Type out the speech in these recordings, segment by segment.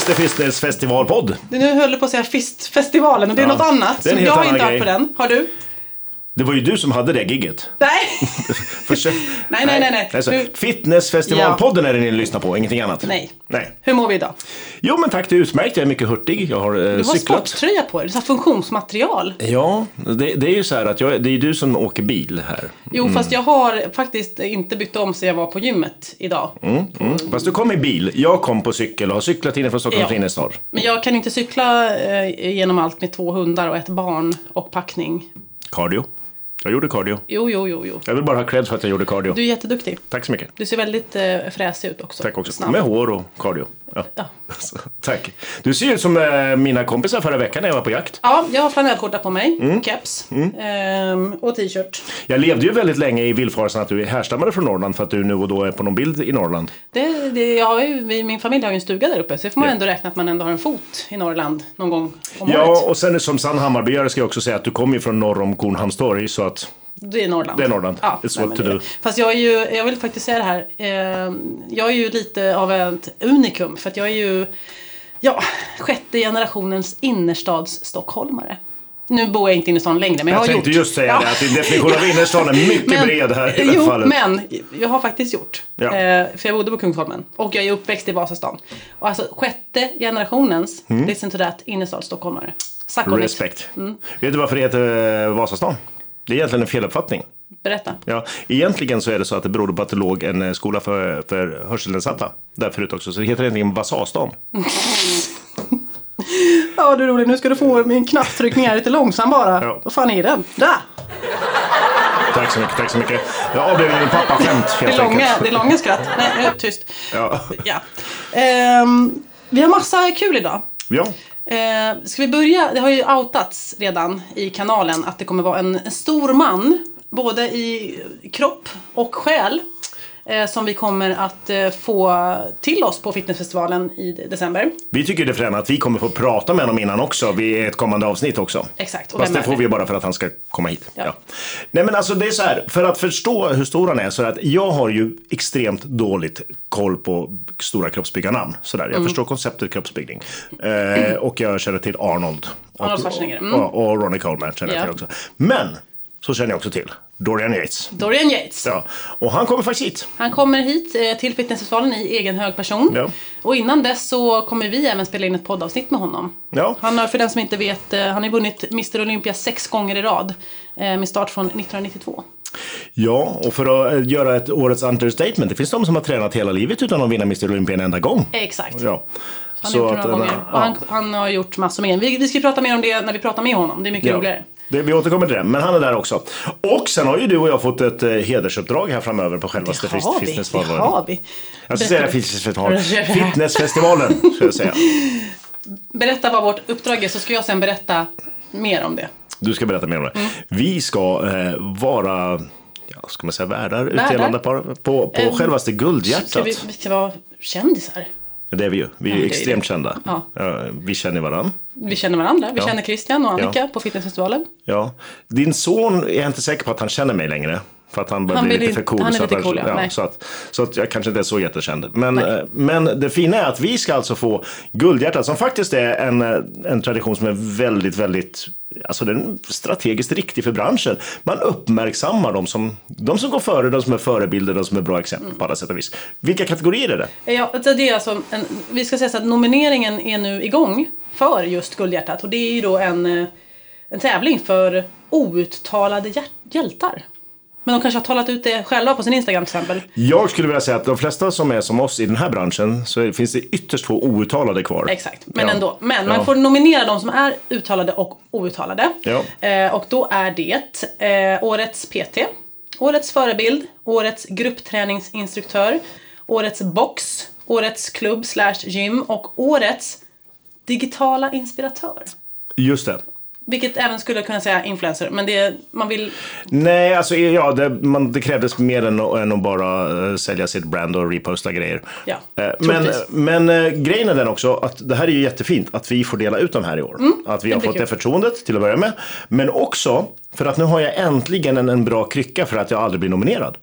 Mr. Fitness festivalpodd. Nu höll du på att säga Fistfestivalen och det är något annat. Det är en Så helt jag har annan inte grej. varit på den. Har du? Det var ju du som hade det gigget. Nej. Nej. Alltså, Fitnessfestivalpodden är det ni lyssnar på, ingenting annat. Nej. Nej. Hur mår vi idag? Jo men tack, det är utmärkt. Jag är mycket hurtig. Jag har Du har cyklat. sporttröja på dig, så här funktionsmaterial. Ja, det är ju så här att det är du som åker bil här. Jo, fast jag har faktiskt inte bytt om så jag var på gymmet idag. Fast du kom i bil. Jag kom på cykel och har cyklat in från Stockholms innerstad. Men jag kan inte cykla genom allt med 2 hundar och ett barn och packning. Cardio. Jag gjorde cardio. Jo. Jag vill bara ha cred för att jag gjorde cardio. Du är jätteduktig. Tack så mycket. Du ser väldigt fräsig ut också. Tack också. Snabb. Med hår och cardio. Ja. Tack. Du ser ut som mina kompisar förra veckan när jag var på jakt. Ja, jag har flanellskjorta på mig, keps och t-shirt. Jag levde ju väldigt länge i villfarelsen att du är härstammade från Norrland för att du nu och då är på någon bild i Norrland. Min familj har ju en stuga där uppe så får man ändå räkna att man ändå har en fot i Norrland någon gång om året. Ja, och sen som sann Hammarbyare ska jag också säga att du kommer ju från norr om Kornhamnstorg så att... Det är Norrland. Det är Norrland. Ja, It's what to do. Fast jag vill faktiskt säga det här. Jag är ju lite av ett unikum. För att jag är ju 6:e generationens innerstadsstockholmare. Nu bor jag inte i innerstan längre. Men jag tänkte just säga det. Att din definition av innerstan är mycket bred här i det här fallet. Men jag har faktiskt gjort. Ja. För jag bodde på Kungsholmen. Och jag är uppväxt i Vasastan. Och alltså 6:e generationens, listen to that, innerstadsstockholmare. Respekt. Vet du varför det heter Vasastan? Det är egentligen en feluppfattning. Berätta. Ja, egentligen så är det så att det berodde på att det låg en skola för hörselnedsatta där förut också. Så det heter egentligen Vasastan. Ja, du är rolig. Nu ska du få min knapptryckning här lite långsam bara. Ja. Vad fan är den? Där! Tack så mycket. Jag avlever min pappa-skämt helt enkelt. Det är långa skratt. Nej, nu är det tyst. Ja. Vi har massa kul idag. Ja. Ska vi börja? Det har ju outats redan i kanalen att det kommer vara en stor man. Både i kropp och själ. Som vi kommer att få till oss på fitnessfestivalen i december. Vi tycker det främst att vi kommer få prata med honom innan också. Vid ett kommande avsnitt också. Exakt. Fast det får vi bara för att han ska komma hit. Ja. Nej men alltså det är så här. För att förstå hur stor han är så att jag har ju extremt dåligt koll på stora kroppsbyggarnamn. Sådär. Jag förstår konceptet kroppsbyggning. Och jag känner till Arnold. Och Ronnie Coleman känner jag till också. Men så känner jag också till Dorian Yates. Ja. Och han kommer faktiskt hit. Han kommer hit till fitnessfestivalen i egen hög person. Ja. Och innan dess så kommer vi även spela in ett poddavsnitt med honom. Ja. Han har, för den som inte vet, han har vunnit Mr. Olympia 6 gånger i rad. Med start från 1992. Ja, och för att göra ett årets understatement. Det finns de som har tränat hela livet utan att vinna Mr. Olympia en enda gång. Exakt. Ja. Han har gjort några gånger. Och han har gjort massor med. Vi ska prata mer om det när vi pratar med honom. Det är mycket roligare. Vi återkommer till det, men han är där också. Och sen har ju du och jag fått ett hedersuppdrag här framöver på självaste fitnessfestivalen. Det har vi. Jag ska säga fitnessfestivalen, ska jag säga. Berätta vad vårt uppdrag är så ska jag sen berätta mer om det. Du ska berätta mer om det. Vi ska vara... ska man säga värdar? Utdelande på självaste guldhjärtat. Vi ska vara kändisar. Det är vi ju. Vi är extremt kända. Ja. Vi känner varandra. Vi känner Christian och Annika på fitnessfestivalen. Ja. Din son är jag inte säker på att han känner mig längre. För att han börjar bli lite för cool. Han är lite cool, så att jag kanske inte är så jättekänd. Men det fina är att vi ska alltså få guldhjärtat som faktiskt är en tradition som är väldigt, väldigt... Alltså den är strategiskt riktig för branschen. Man uppmärksammar de som går före, de som är förebilder, de som är bra exempel på alla sätt och vis. Vilka kategorier är det? Ja, det är alltså vi ska säga så att nomineringen är nu igång för just guldhjärtat. Och det är ju då en tävling för outtalade hjältar. Men de kanske har talat ut det själva på sin Instagram till exempel. Jag skulle vilja säga att de flesta som är som oss i den här branschen så finns det ytterst få outtalade kvar. Exakt, men ändå. Men man får nominera de som är uttalade och outtalade. Ja. Och då är det årets PT, årets förebild, årets gruppträningsinstruktör, årets box, årets klubb/gym och årets digitala inspiratör. Just det. Vilket även skulle kunna säga influencer, men man vill... Nej, alltså det krävdes mer än att bara sälja sitt brand och reposta grejer. Ja, men grejen är den också att det här är ju jättefint att vi får dela ut de här i år. Att vi har fått det förtroendet till att börja med. Men också för att nu har jag äntligen en bra krycka för att jag aldrig blir nominerad.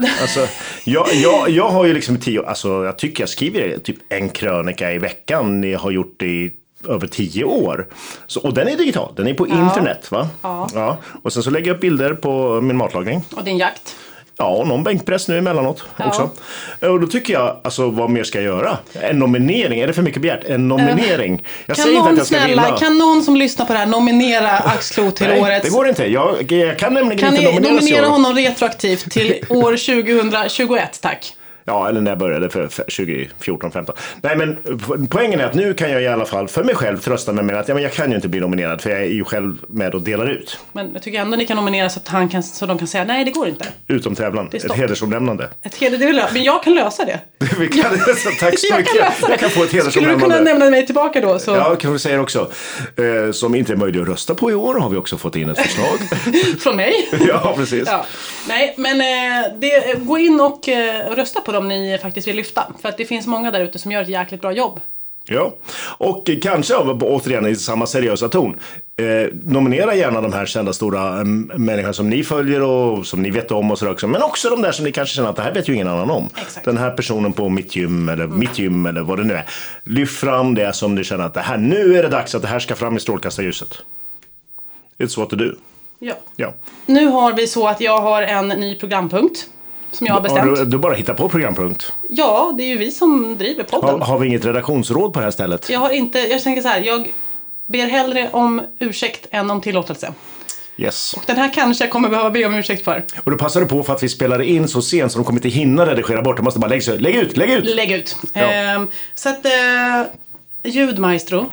Alltså, jag har ju liksom jag tycker jag skriver typ en krönika i veckan. Jag har gjort det i över 10 år. Och den är digital, den är på internet va? Ja. Och sen så lägger jag upp bilder på min matlagning. Och din jakt. Ja, och någon bänkpress nu emellanåt också. Och då tycker jag, alltså vad mer ska jag göra? En nominering, är det för mycket begärt? En nominering. Jag säger inte att jag ska vinna. Kan någon som lyssnar på det här nominera Axel Kloth till årets... Nej, det går inte. Jag kan nämligen inte nomineras. Kan ni nominera honom retroaktivt till år 2021, tack? Ja, eller när jag började för 2014-15. Nej, men poängen är att nu kan jag i alla fall för mig själv trösta mig med att jag kan ju inte bli nominerad för jag är ju själv med och delar ut. Men jag tycker ändå ni kan nominera så de kan säga nej, det går inte. Utom tävlan. Ett hedersomnämnande. Men jag kan lösa det. Vi kan, tack så mycket. Jag kan få ett hedersomnämnande. Skulle du kunna nämna mig tillbaka då? Så... Ja, kan vi säga också. Som inte är möjligt att rösta på i år har vi också fått in ett förslag. Från mig? Ja, precis. Ja. Nej, men gå in och rösta på dem ni faktiskt vill lyfta. För att det finns många där ute som gör ett jäkligt bra jobb. Ja, och kanske återigen i samma seriösa ton. Nominera gärna de här kända stora människor som ni följer och som ni vet om och sådär också. Men också de där som ni kanske känner att det här vet ju ingen annan om. Exakt. Den här personen på mitt gym eller vad det nu är. Lyft fram det som du känner att det här, nu är det dags att det här ska fram i strålkastarljuset. It's what to do. Ja. Nu har vi så att jag har en ny programpunkt. Som jag har bestämt. Du bara hittar på programpunkt. Ja, det är ju vi som driver podden. Har vi inget redaktionsråd på det här stället? Jag tänker så här, jag ber hellre om ursäkt än om tillåtelse. Yes. Och den här kanske jag kommer behöva be om ursäkt för. Och då passar du på för att vi spelar in så sent så de kommer inte hinna redigera bort. De måste bara lägga ut. Ja. Så att, ljudmaestro.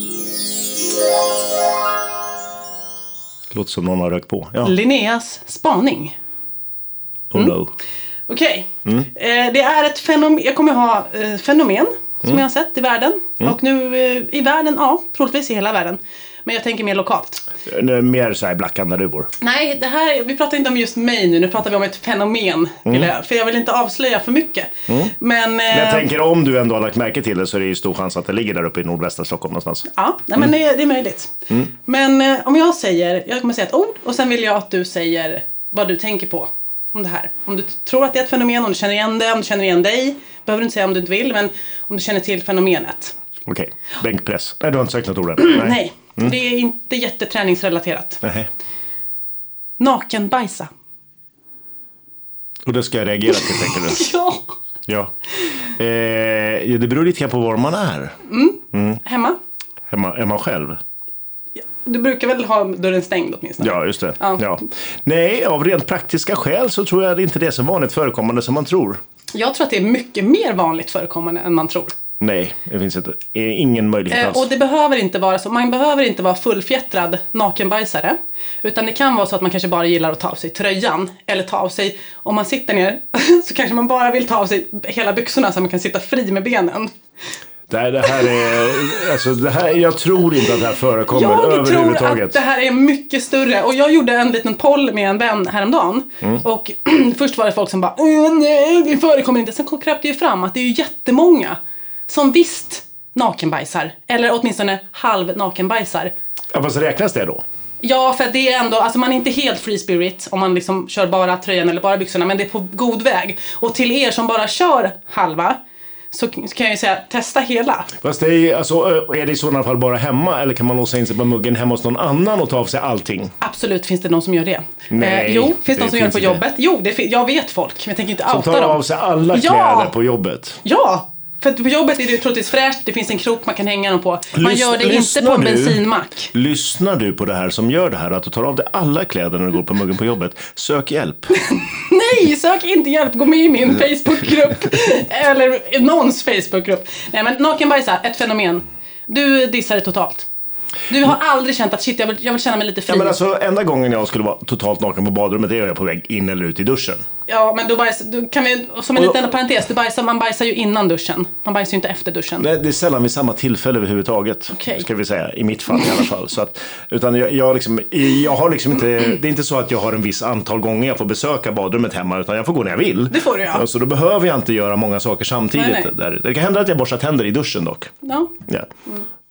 Låter som någon har rökt på. Ja. Linneas spaning. Oh no. Okej. Det är ett fenomen. Jag kommer ha fenomen som jag har sett i världen. Och nu i världen, troligtvis i hela världen. Men jag tänker mer lokalt. Mer så här Blackan där du bor. Nej, vi pratar inte om just mig nu. Nu pratar vi om ett fenomen. För jag vill inte avslöja för mycket. Men jag tänker om du ändå har lagt märke till det så är det ju stor chans att det ligger där uppe i nordvästra Stockholm någonstans. Ja, men det är möjligt. Men om jag kommer säga ett ord och sen vill jag att du säger vad du tänker på. Om det här. Om du tror att det är ett fenomen, om du känner igen det, om du känner igen dig. Behöver du inte säga om du inte vill, men om du känner till fenomenet. Okej. Bänkpress. Nej, du har inte sagt något ord än. Nej. Det är inte jätteträningsrelaterat. Nej. Nakenbajsa. Och det ska jag reagera till, tänker du? Ja. Det beror lite grann på var man är. Hemma? Hemma själv? Du brukar väl ha dörren stängd åtminstone? Ja, just det. Ja. Nej, av rent praktiska skäl så tror jag det inte är så vanligt förekommande som man tror. Jag tror att det är mycket mer vanligt förekommande än man tror. Nej, det finns ingen möjlighet alls. Och det behöver inte vara så. Man behöver inte vara fullfjättrad nakenbajsare. Utan det kan vara så att man kanske bara gillar att ta av sig tröjan. Eller ta av sig, om man sitter ner så kanske man bara vill ta av sig hela byxorna så man kan sitta fri med benen. Det här är, jag tror inte att det här förekommer överhuvudtaget. Jag tror att det här är mycket större. Och jag gjorde en liten poll med en vän häromdagen. Och först var det folk som bara, nej, det förekommer inte. Sen kröp det ju fram att det är ju jättemånga som visst nakenbajsar. Eller åtminstone halv nakenbajsar. Ja, fast räknas det då? Ja, för det är ändå, alltså man är inte helt free spirit om man liksom kör bara tröjan eller bara byxorna. Men det är på god väg. Och till er som bara kör halva, så kan jag ju säga, testa hela. Fast det är, är det i sådana fall bara hemma? Eller kan man låsa in sig på muggen hemma hos någon annan och ta av sig allting? Absolut finns det någon som gör det. Nej, jo, finns det någon som gör det på jobbet? Jo, jag vet folk, men jag tänker inte outa dem. Som tar av sig alla kläder på jobbet? Ja! För på jobbet är det troligtvis fräscht, det finns en krok man kan hänga dem på. Man gör det inte på en bensinmack. Lyssnar du på det här som gör det här, att du tar av dig alla kläder när du går på muggen på jobbet? Sök hjälp. Nej, sök inte hjälp. Gå med i min Facebookgrupp. Eller någons Facebookgrupp. Nej, men nakenbajsa, ett fenomen. Du dissar det totalt. Du har aldrig känt att shit, jag vill känna mig lite fri. Ja, men alltså enda gången jag skulle vara totalt naken på badrummet är jag på väg in eller ut i duschen. Ja, men då kan vi, som en liten parentes, man bajsar ju innan duschen. Man bajsar ju inte efter duschen. Nej, det är sällan vid samma tillfälle överhuvudtaget. Okay. Ska vi säga, i mitt fall i alla fall. Så att, utan jag har liksom inte, det är inte så att jag har en viss antal gånger jag får besöka badrummet hemma, utan jag får gå när jag vill. Det får du, ja. Så då behöver jag inte göra många saker samtidigt. Nej. Det kan hända att jag borstar tänder i duschen dock. Ja. Ja.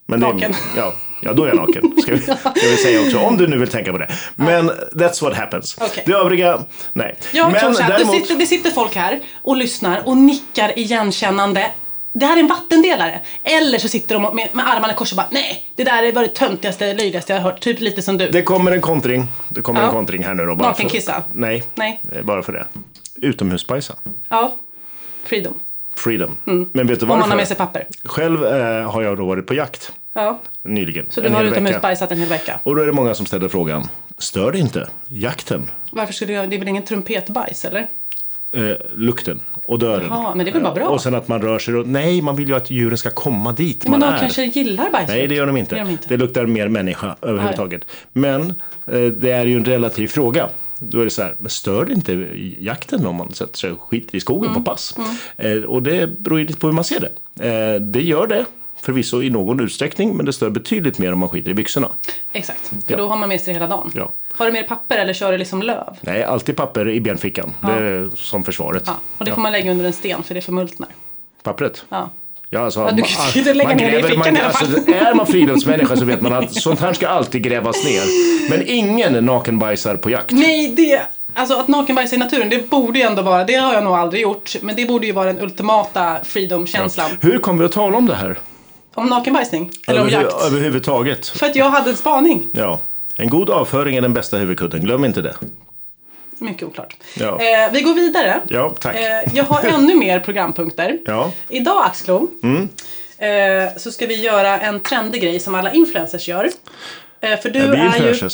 Men naken. Ja, då är jag naken. Ska vi säga också. Om du nu vill tänka på det. Men that's what happens. Okay. Det övriga, nej. Jag tror så här, det sitter folk här och lyssnar och nickar igenkännande. Det här är en vattendelare. Eller så sitter de med armarna i kors och bara, nej, det där var det töntigaste, löjligaste jag har hört. Typ lite som du. Det kommer en kontring. En kontring här nu då. Nakenkissa? Nej, bara för det. Utomhusbajsa. Ja, freedom. Men vet du varför? Om man har med sig papper. Själv har jag då varit på jakt. Ja. Nyligen. Så du har utomhusbajsat en hel vecka? Och då är det många som ställer frågan, stör det inte jakten? Varför skulle jag, det är väl ingen trumpetbajs eller? Lukten och döden. Ja, men det är väl bara bra. Och sen att man rör sig. Nej, man vill ju att djuren ska komma dit men man de kanske gillar bajs. Nej, det gör de inte. Det luktar mer människa överhuvudtaget. Men det är ju en relativ fråga. Då är det så här, men stör det inte jakten om man sätter sig och skiter i skogen på pass? Och det beror ju lite på hur man ser det. Det gör det. Förvisso i någon utsträckning, men det stör betydligt mer om man skiter i byxorna. Exakt, för då har man med sig det hela dagen. Ja. Har du mer papper eller kör du liksom löv? Nej, alltid papper i benfickan. Ja. Det är som försvaret. Ja. Och det får man lägga under en sten för det förmultnar. Pappret? Ja. Ja, alltså, du kan lägga ner det i fickan i alla fall. Alltså, är man friluftsmänniska så vet man att sånt här ska alltid grävas ner. Men ingen nakenbajsar på jakt. Nej, alltså att nakenbajsa i naturen, det borde ju ändå vara, det har jag nog aldrig gjort. Men det borde ju vara den ultimata freedom-känslan. Ja. Hur kommer vi att tala om det här? Om nakenbajsning? Eller om jakt? Överhuvudtaget. För att jag hade en spaning. Ja. En god avföring är den bästa huvudkudden. Glöm inte det. Mycket oklart. Ja. Vi går vidare. Ja, tack. Jag har ännu mer programpunkter. Ja. Idag, Axlo, så ska vi göra en trendig grej som alla influencers gör. För du är ju...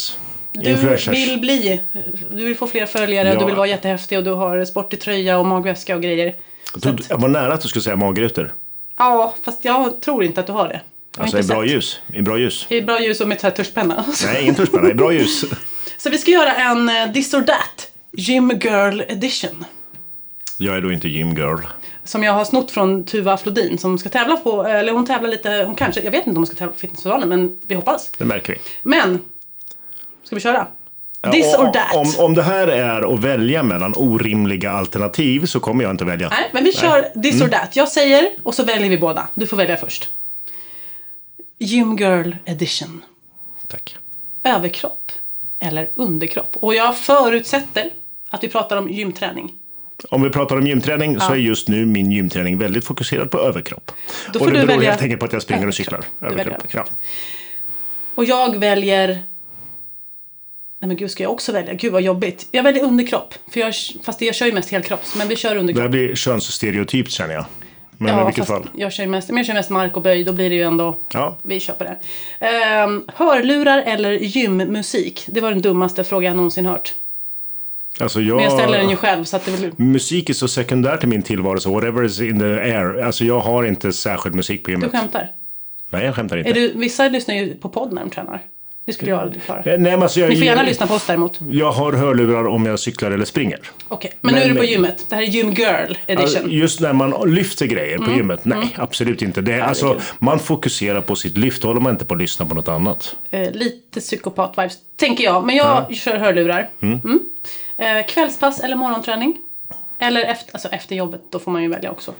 Du vill få fler följare, du vill vara jättehäftig och du har sportig tröja och magväska och grejer. Jag var nära att du skulle säga magrutor. Ja, fast jag tror inte att du har det. Alltså i bra ljus. I bra ljus och med tuschpenna. Nej, ingen tuschpenna, i bra ljus. Så vi ska göra en This or That Gym Girl Edition. Jag är då inte Gym Girl. Som jag har snott från Tuva Flodin som ska tävla på, eller hon tävlar lite, jag vet inte om hon ska tävla på Fitnessfestivalen, men vi hoppas. Det märker vi. Men, ska vi köra? This or that. Om det här är att välja mellan orimliga alternativ så kommer jag inte välja. Nej, men vi kör this or that. Jag säger och så väljer vi båda. Du får välja först. Gym Girl Edition. Tack. Överkropp eller underkropp. Och jag förutsätter att vi pratar om gymträning. Om vi pratar om gymträning så är just nu min gymträning väldigt fokuserad på överkropp. Då får och det du beror välja helt enkelt på att jag springer och cyklar. Överkropp. Ja. Och jag väljer... Nej men gud, ska jag också välja? Gud vad jobbigt. Jag väljer underkropp. Fast jag kör ju mest helkropps. Men vi kör underkropp. Det blir könsstereotypt känner jag. Men i vilket fall. Jag kör mest mark och böj. Då blir det ju ändå... Ja. Vi kör på det. Hörlurar eller gymmusik? Det var den dummaste frågan jag någonsin hört. Alltså men jag ställer den ju själv så att det blir... Musik är så sekundärt i min tillvaro. Så whatever is in the air. Alltså jag har inte särskild musik på gymmet. Du skämtar? Nej, jag skämtar inte. Vissa lyssnar ju på podd när de tränar. Det skulle jag aldrig klara. Nej, men alltså Ni får gärna lyssna på oss däremot. Jag har hörlurar om jag cyklar eller springer. Okej, men nu är du på gymmet. Det här är Gym Girl Edition. Just när man lyfter grejer på gymmet. Nej, absolut inte. Det är, alltså, man fokuserar på sitt lyft. Håller man inte på att lyssna på något annat. Lite psykopat-vibes, tänker jag. Men jag kör hörlurar. Kvällspass eller morgonträning? Eller efter jobbet, då får man ju välja också.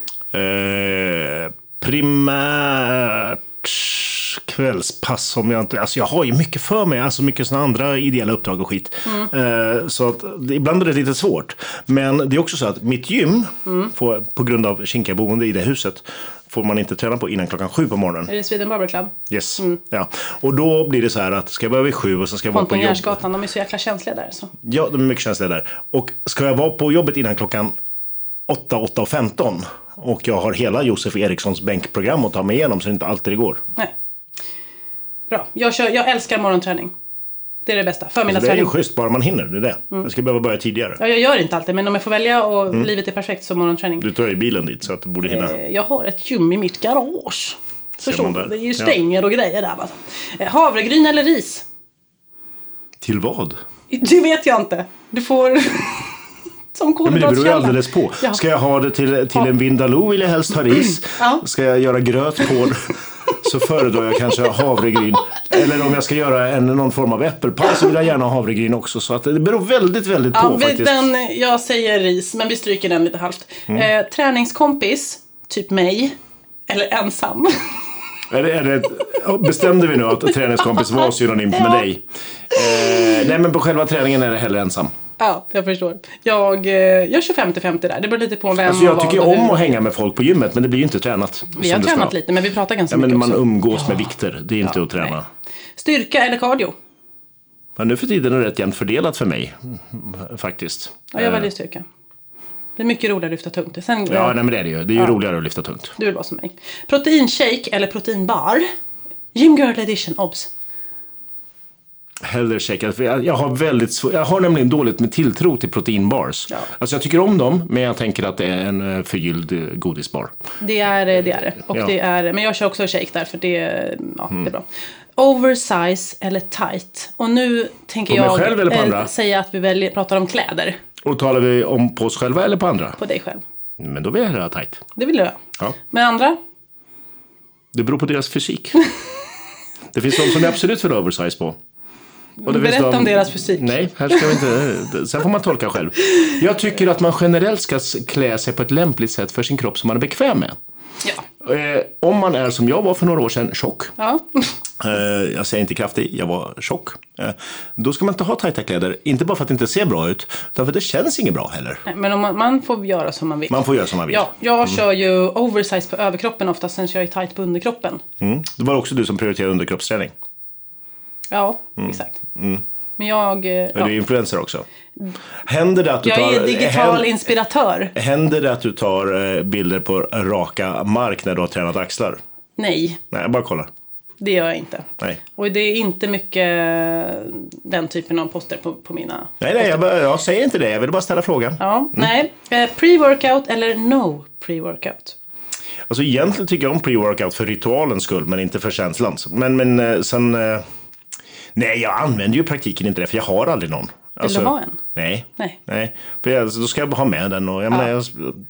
Primärt kvällspass om jag inte... Alltså jag har ju mycket för mig, alltså mycket sådana andra ideella uppdrag och skit. Så att ibland är det lite svårt. Men det är också så att mitt gym, får, på grund av kinkiga boende i det huset, får man inte träna på innan 7:00 på morgonen. Är det Sweden Barber Club? Yes, ja. Och då blir det så här att ska jag börja vid 7 och så ska jag vara på jobbet. Gärdsgatan, de är så jäkla känsliga där. Så. Ja, de är mycket känsliga där. Och ska jag vara på jobbet innan 8:15 och jag har hela Josef Erikssons bänkprogram att ta mig igenom så det inte alltid det går. Nej. Bra. Jag älskar morgonträning. Det är det bästa. Det är ju schysst, bara man hinner. Det är det. Jag ska behöva börja tidigare. Ja, jag gör inte alltid, men om jag får välja och livet är perfekt så morgonträning. Du tar i bilen dit så att du borde hinna. Jag har ett gym i mitt garage. Förstår du? Det är ju stänger och grejer där. Alltså. Havregryn eller ris? Till vad? Det vet jag inte. Du får... Som men det beror ju alldeles på. Ja. Ska jag ha det till en vindaloo vill jag helst ha ris. Ska jag göra gröt på så föredrar jag kanske havregryn. Eller om jag ska göra någon form av äppelpaj så vill jag gärna ha havregryn också. Så att det beror väldigt på faktiskt. Jag säger ris, men vi stryker den lite halvt. Träningskompis, typ mig, eller ensam. Bestämde vi nu att träningskompis var synonymt med dig? Nej, men på själva träningen är det hellre ensam. Ja, jag förstår. Jag kör 50-50 där. Det beror lite på vem alltså jag tycker om att hänga med folk på gymmet, men det blir ju inte tränat. Vi har tränat lite, men vi pratar ganska mycket man också. umgås med vikter, det är inte att träna. Nej. Styrka eller cardio? Men nu för tiden är det rätt jämnt fördelat för mig, faktiskt. Ja, jag väljer styrka. Det är mycket roligare att lyfta tungt. Sen, nej, men det är det ju. Det är ju roligare att lyfta tungt. Du vill vara som mig. Proteinshake eller proteinbar? Gymgirl edition, obs. Hellre shake. Jag har nämligen dåligt med tilltro till proteinbars. Ja. Alltså jag tycker om dem, men jag tänker att det är en förgylld godisbar. Det är det. Och det är, men jag kör också shake där, för det är bra. Oversize eller tight? Och nu tänker jag säga att vi pratar om kläder. Och talar vi om på oss själva eller på andra? På dig själv. Men då vill jag ha tight. Det vill jag. Ja. Men andra? Det beror på deras fysik. Det finns de som är absolut för oversize på. Och det berätta om deras fysik. Nej, här ska vi inte. Sen får man tolka själv. Jag tycker att man generellt ska klä sig på ett lämpligt sätt för sin kropp som man är bekväm med. Ja. Om man är som jag var för några år sedan, tjock. Ja. Jag säger inte kraftig, jag var tjock. Då ska man inte ha tajta kläder. Inte bara för att det inte ser bra ut, utan för att det känns inget bra heller. Nej, men man får göra som man vill. Man får göra som man vill. Ja, jag kör ju oversize på överkroppen ofta, sen kör jag tight på underkroppen. Det var också du som prioriterade underkroppsträning. Ja, exakt. Men jag... Är du influencer också? Händer det att du jag är digital inspiratör. Händer det att du tar bilder på raka mark när du har tränat axlar? Nej. Nej, jag bara kollar. Det gör jag inte. Nej. Och det är inte mycket den typen av poster på mina... Nej, jag säger inte det. Jag vill bara ställa frågan. Ja, nej. Pre-workout eller no pre-workout? Alltså egentligen tycker jag om pre-workout för ritualens skull, men inte för känslan. Men sen... Nej, jag använder ju i praktiken inte det, för jag har aldrig någon. Vill du ha en? Nej. För då ska jag ha med den och nej.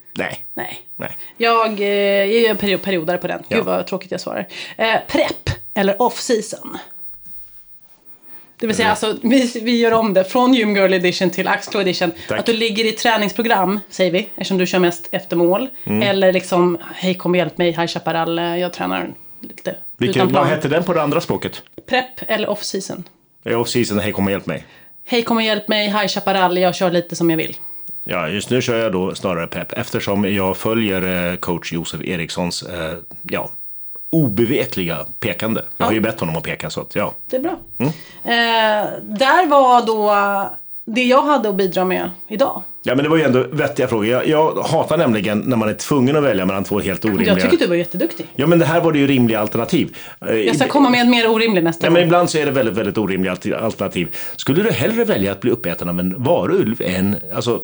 Jag är perioder på den. Gud vad tråkigt jag svarar. Prep eller off-season? Det vill säga, alltså, vi gör om det från Gymgirl edition till Axlo edition. Tack. Att du ligger i träningsprogram, säger vi, eftersom du kör mest efter mål. Eller liksom, hej kom och hjälp mig, High Chaparral, jag tränar lite utan plan. Vad heter den på det andra språket? Prep eller off-season? Off-season, hej kom och hjälp mig. Hej kom och hjälp mig, High Chaparral, jag kör lite som jag vill. Ja, just nu kör jag då snarare prep, eftersom jag följer coach Josef Erikssons obevekliga pekande. Jag har ju bett honom att peka, så att Det är bra. Där var då det jag hade att bidra med idag. Ja, men det var ju ändå vettiga frågor. Jag hatar nämligen när man är tvungen att välja mellan två helt orimliga... Jag tycker du var jätteduktig. Ja, men det här var det ju rimliga alternativ. Jag ska komma med en mer orimlig nästa gång. Men ibland så är det väldigt, väldigt orimliga alternativ. Skulle du hellre välja att bli uppäten av en varulv än... Alltså,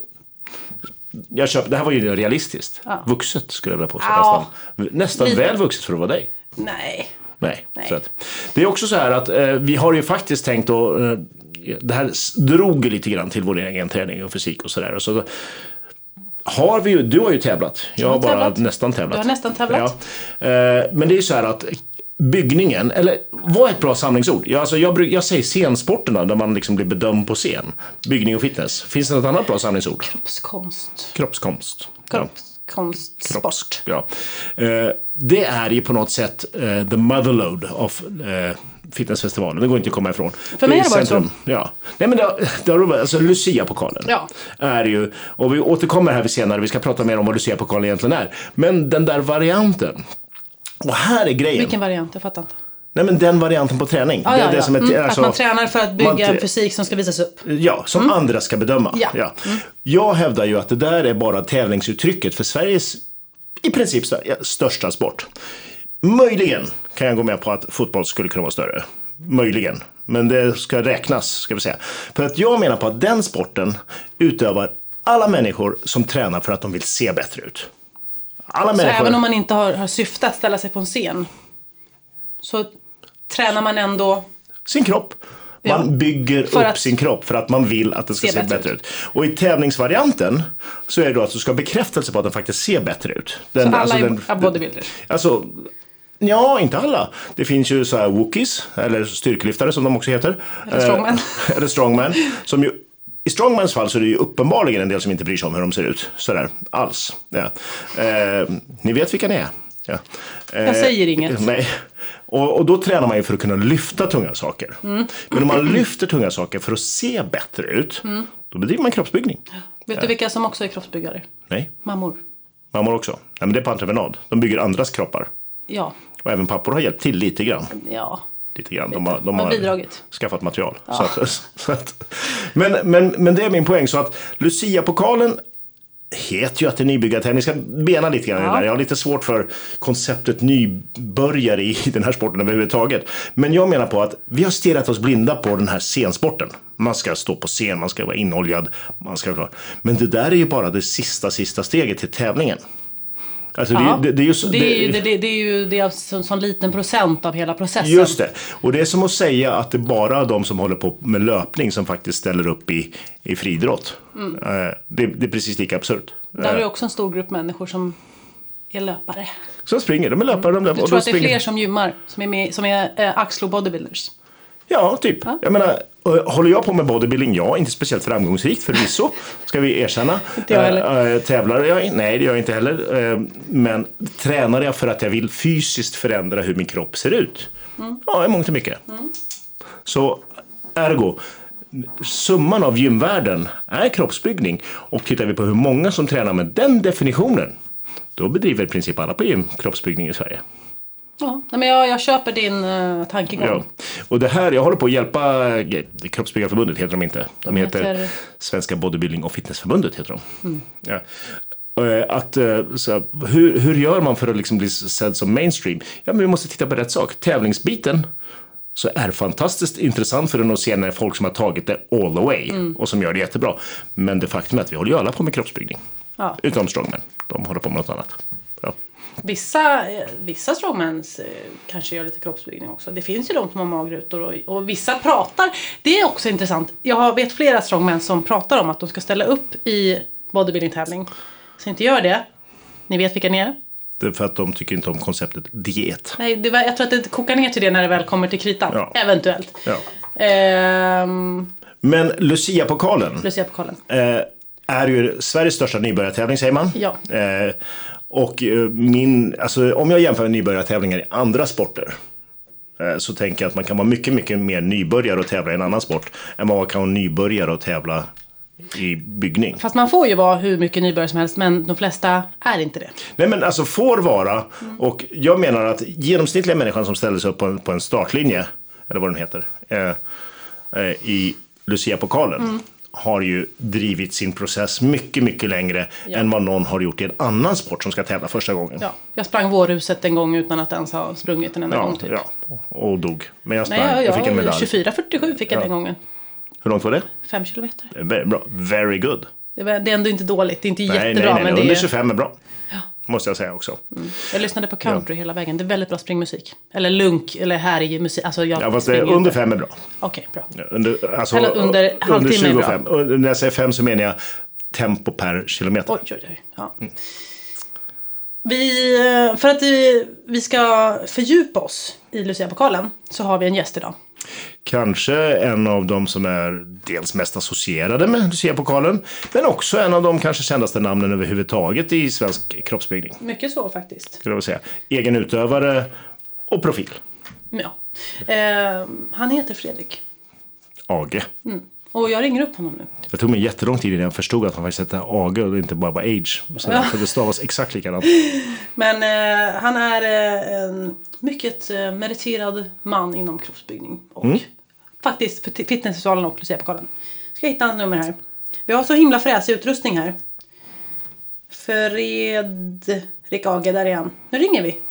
det här var ju realistiskt. Ja. Vuxet skulle jag vilja påstå. Nästan väl vuxet för att vara dig. Nej. Så att, det är också så här att vi har ju faktiskt tänkt att... det här drog lite grann till vår egen träning och fysik och sådär. Så har vi ju, du har ju tävlat. Jag har bara nästan tävlat. Du har nästan tävlat. Ja. Men det är ju så här att byggningen, eller vad är ett bra samlingsord? Jag säger scensporterna där man liksom blir bedömd på scen. Byggning och fitness. Finns det något annat bra samlingsord? Kroppskonst. Konstsport. Ja. Det är ju på något sätt the motherlode of fitnessfestivalen. Det går inte att komma ifrån. För mig är det bara så. Ja. Nej, men alltså Lucia-pokalen är ju, och vi återkommer här senare, vi ska prata mer om vad Lucia-pokalen egentligen är. Men den där varianten, och här är grejen. Vilken variant? Jag fattar inte. Nej, men den varianten på träning. Det som att man tränar för att bygga en fysik som ska visas upp. Ja, som andra ska bedöma. Ja. Jag hävdar ju att det där är bara tävlingsuttrycket för Sveriges i princip största sport. Möjligen kan jag gå med på att fotboll skulle kunna vara större. Möjligen. Men det ska räknas, ska vi säga. För att jag menar på att den sporten utövar alla människor som tränar för att de vill se bättre ut. Alla människor... även om man inte har syfte att ställa sig på en scen, så tränar man ändå sin kropp. Man bygger upp sin kropp för att man vill att det ska se bättre ut. Och i tävlingsvarianten så är det då att du ska ha bekräftelse på att den faktiskt ser bättre ut. Så alla är bodybuilders? Alltså, ja, inte alla. Det finns ju så här Wookiees, eller styrkelyftare som de också heter. Eller strongman. Som ju, i strongmans fall så är det ju uppenbarligen en del som inte bryr sig om hur de ser ut. Sådär, alls. Ja. Ni vet vilka ni är. Ja. Jag säger inget. Nej. Och då tränar man ju för att kunna lyfta tunga saker. Men om man lyfter tunga saker för att se bättre ut, då bedriver man kroppsbyggning. Vet du vilka som också är kroppsbyggare? Nej. Mammor. Mammor också. Nej, men det är på entreprenad. De bygger andras kroppar. Ja. Och även pappor har hjälpt till lite grann. Ja. Lite grann. De har bidragit. Skaffat material. Ja. Men det är min poäng. Så att Lucia-pokalen heter ju att det är nybyggartävling. Jag ska bena lite grann i det där. Jag har lite svårt för konceptet nybörjare i den här sporten överhuvudtaget. Men jag menar på att vi har stirrat oss blinda på den här scensporten. Man ska stå på scen, man ska vara inoljad. Men det där är ju bara det sista steget till tävlingen. Alltså det är ju sån liten procent av hela processen. Just det. Och det är som att säga att det är bara de som håller på med löpning som faktiskt ställer upp i friidrott. Det är precis lika absurt. Där är också en stor grupp människor som är löpare. Som springer, de är löpare. Jag tror att det är fler som gymmar, som är axlo bodybuilders. Ja, typ. Ja. Jag menar, håller jag på med bodybuilding? Ja, inte speciellt framgångsrikt förvisso, ska vi erkänna. Inte jag heller. Tävlar jag? Nej, det gör jag inte heller. Men tränar jag för att jag vill fysiskt förändra hur min kropp ser ut? Ja, mångt och mycket. Så, ergo, summan av gymvärlden är kroppsbyggning. Och tittar vi på hur många som tränar med den definitionen, då bedriver i princip alla på gym kroppsbyggning i Sverige. Ja, men jag köper din tankegång. Ja. Och det här, jag håller på att hjälpa Kroppsbyggarförbundet, heter de inte. De heter Svenska Bodybuilding och Fitnessförbundet, heter de. Ja. Hur gör man för att liksom bli sedd som mainstream? Ja, men vi måste titta på rätt sak. Tävlingsbiten så är fantastiskt intressant för den att se när folk som har tagit det all the way och som gör det jättebra. Men det faktum är att vi håller ju alla på med kroppsbyggning. Ja. Utom strongmen. De håller på med något annat. Ja. Vissa strongmans kanske gör lite kroppsbyggning också. Det finns ju de som har magrutor och vissa pratar. Det är också intressant. Jag vet flera strongmän som pratar om att de ska ställa upp i bodybuilding-tävling. Så inte gör det. Ni vet vilka ni är? Det är för att de tycker inte om konceptet diet. Nej, jag tror att det kokar ner till det när det väl kommer till kritan. Ja. Eventuellt. Ja. Men Lucia-pokalen är ju Sveriges största nybörjartävling, säger man. Ja. Och om jag jämför med nybörjartävlingar i andra sporter så tänker jag att man kan vara mycket, mycket mer nybörjare och tävla i en annan sport än vad man kan vara nybörjare och tävla i byggning. Fast man får ju vara hur mycket nybörjare som helst, men de flesta är inte det. Nej, men alltså får vara, och jag menar att genomsnittliga människan som ställer sig upp på en startlinje, eller vad den heter, i Lucia-pokalen har ju drivit sin process mycket, mycket längre än vad någon har gjort i en annan sport som ska tävla första gången. Ja. Jag sprang vårhuset en gång utan att ens ha sprungit en enda gång typ. Ja, och dog. Men jag sprang, jag fick en medalj. 24:47 fick jag den gången. Hur långt var det? 5 kilometer. Bra. Very good. Det är ändå inte dåligt, det är inte jättebra. Nej, men under 25 är bra. Ja. Måste jag säga också. Jag lyssnade på country hela vägen. Det är väldigt bra springmusik. Eller lunk, eller härlig musik. Alltså fast under 5 är bra. Okej, bra. Under halvtimme 25. När jag säger 5 så menar jag tempo per kilometer. Oj. Ja. För att vi ska fördjupa oss i Lucia-pokalen så har vi en gäst idag. Kanske en av dem som är dels mest associerade med Lucia-pokalen, men också en av de kanske kändaste namnen överhuvudtaget i svensk kroppsbyggning. Mycket så faktiskt. Skulle jag säga. Egen utövare och profil. Ja. Han heter Fredrik Age. Och jag ringer upp honom nu. Det tog mig jättelång tid innan jag förstod att han faktiskt hette Age och inte bara var Age. För det stavas exakt likadant. Men han är en mycket meriterad man inom kroppsbyggning. Och faktiskt för fitnessfestivalen och Lucia-pokalen. Ska jag hitta hans nummer här. Vi har så himla fräsig utrustning här. Fredrik Age, där är han. Nu ringer vi.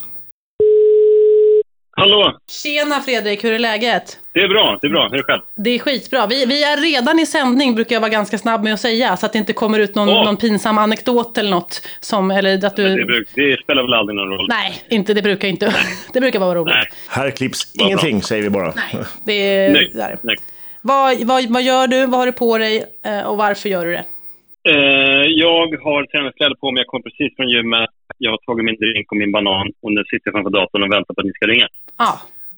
Hallå! Tjena Fredrik, hur är läget? Det är bra. Hur är det själv? Det är skitbra. Vi är redan i sändning, brukar jag vara ganska snabb med att säga. Så att det inte kommer ut någon pinsam anekdot eller något. Eller att du... det spelar väl aldrig någon roll. Nej, det brukar inte. Det brukar vara roligt. Nej. Här klipps ingenting, bra. Säger vi bara. Nej, det är där. Nej. Vad gör du? Vad har du på dig? Och varför gör du det? Jag har träningskläder på mig. Jag kom precis från gymmet. Jag har tagit min drink och min banan. Och nu sitter jag framför datorn och väntar på att ni ska ringa.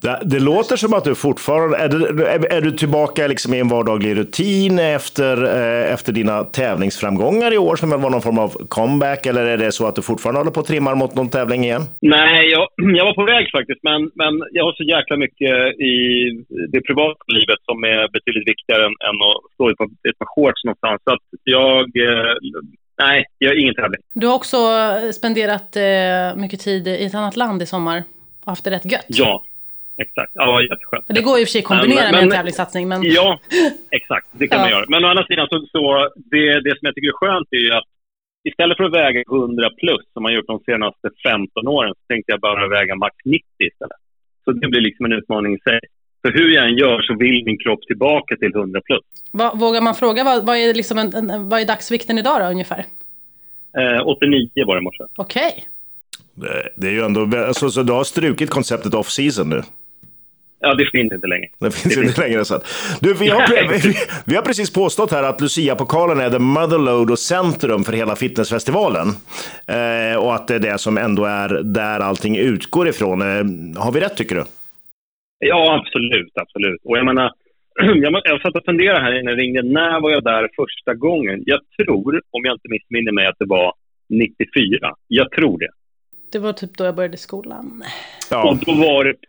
Det låter som att du fortfarande... Är du tillbaka liksom i en vardaglig rutin efter dina tävlingsframgångar i år som var någon form av comeback? Eller är det så att du fortfarande håller på att trimma mot någon tävling igen? Nej, jag var på väg faktiskt. Men jag har så jäkla mycket i det privata livet som är betydligt viktigare än att stå i ett par shorts någonstans. Så att nej, jag har ingen tävling. Du har också spenderat mycket tid i ett annat land i sommar och haft det rätt gött. Ja, exakt. Ja, jätteskönt. Det går ju i och för sig att kombinera med en tävlingssatsning. Men... Ja, exakt. Det kan man göra. Men å andra sidan så det som jag tycker är skönt är ju att istället för att väga 100 plus som man gjort de senaste 15 åren så tänkte jag bara väga max 90 istället. Så det blir liksom en utmaning i sig. För hur jag än gör så vill min kropp tillbaka till 100 plus. Vågar man fråga vad är liksom vad är dagsvikten idag då ungefär? 89 var det i morse. Okej. Det är ju ändå... Alltså, så du har strukit konceptet off-season nu? Ja, det finns inte längre. Det finns inte längre så att... Du, vi har precis påstått här att Lucia-pokalen är the motherload och centrum för hela fitnessfestivalen. Och att det är det som ändå är där allting utgår ifrån. Har vi rätt, tycker du? Ja, absolut. Och jag menar, jag satt och funderade här när jag ringde. När var jag där första gången? Jag tror, om jag inte missminner mig, att det var 94. Jag tror det. Det var typ då jag började skolan. Ja. Och då var det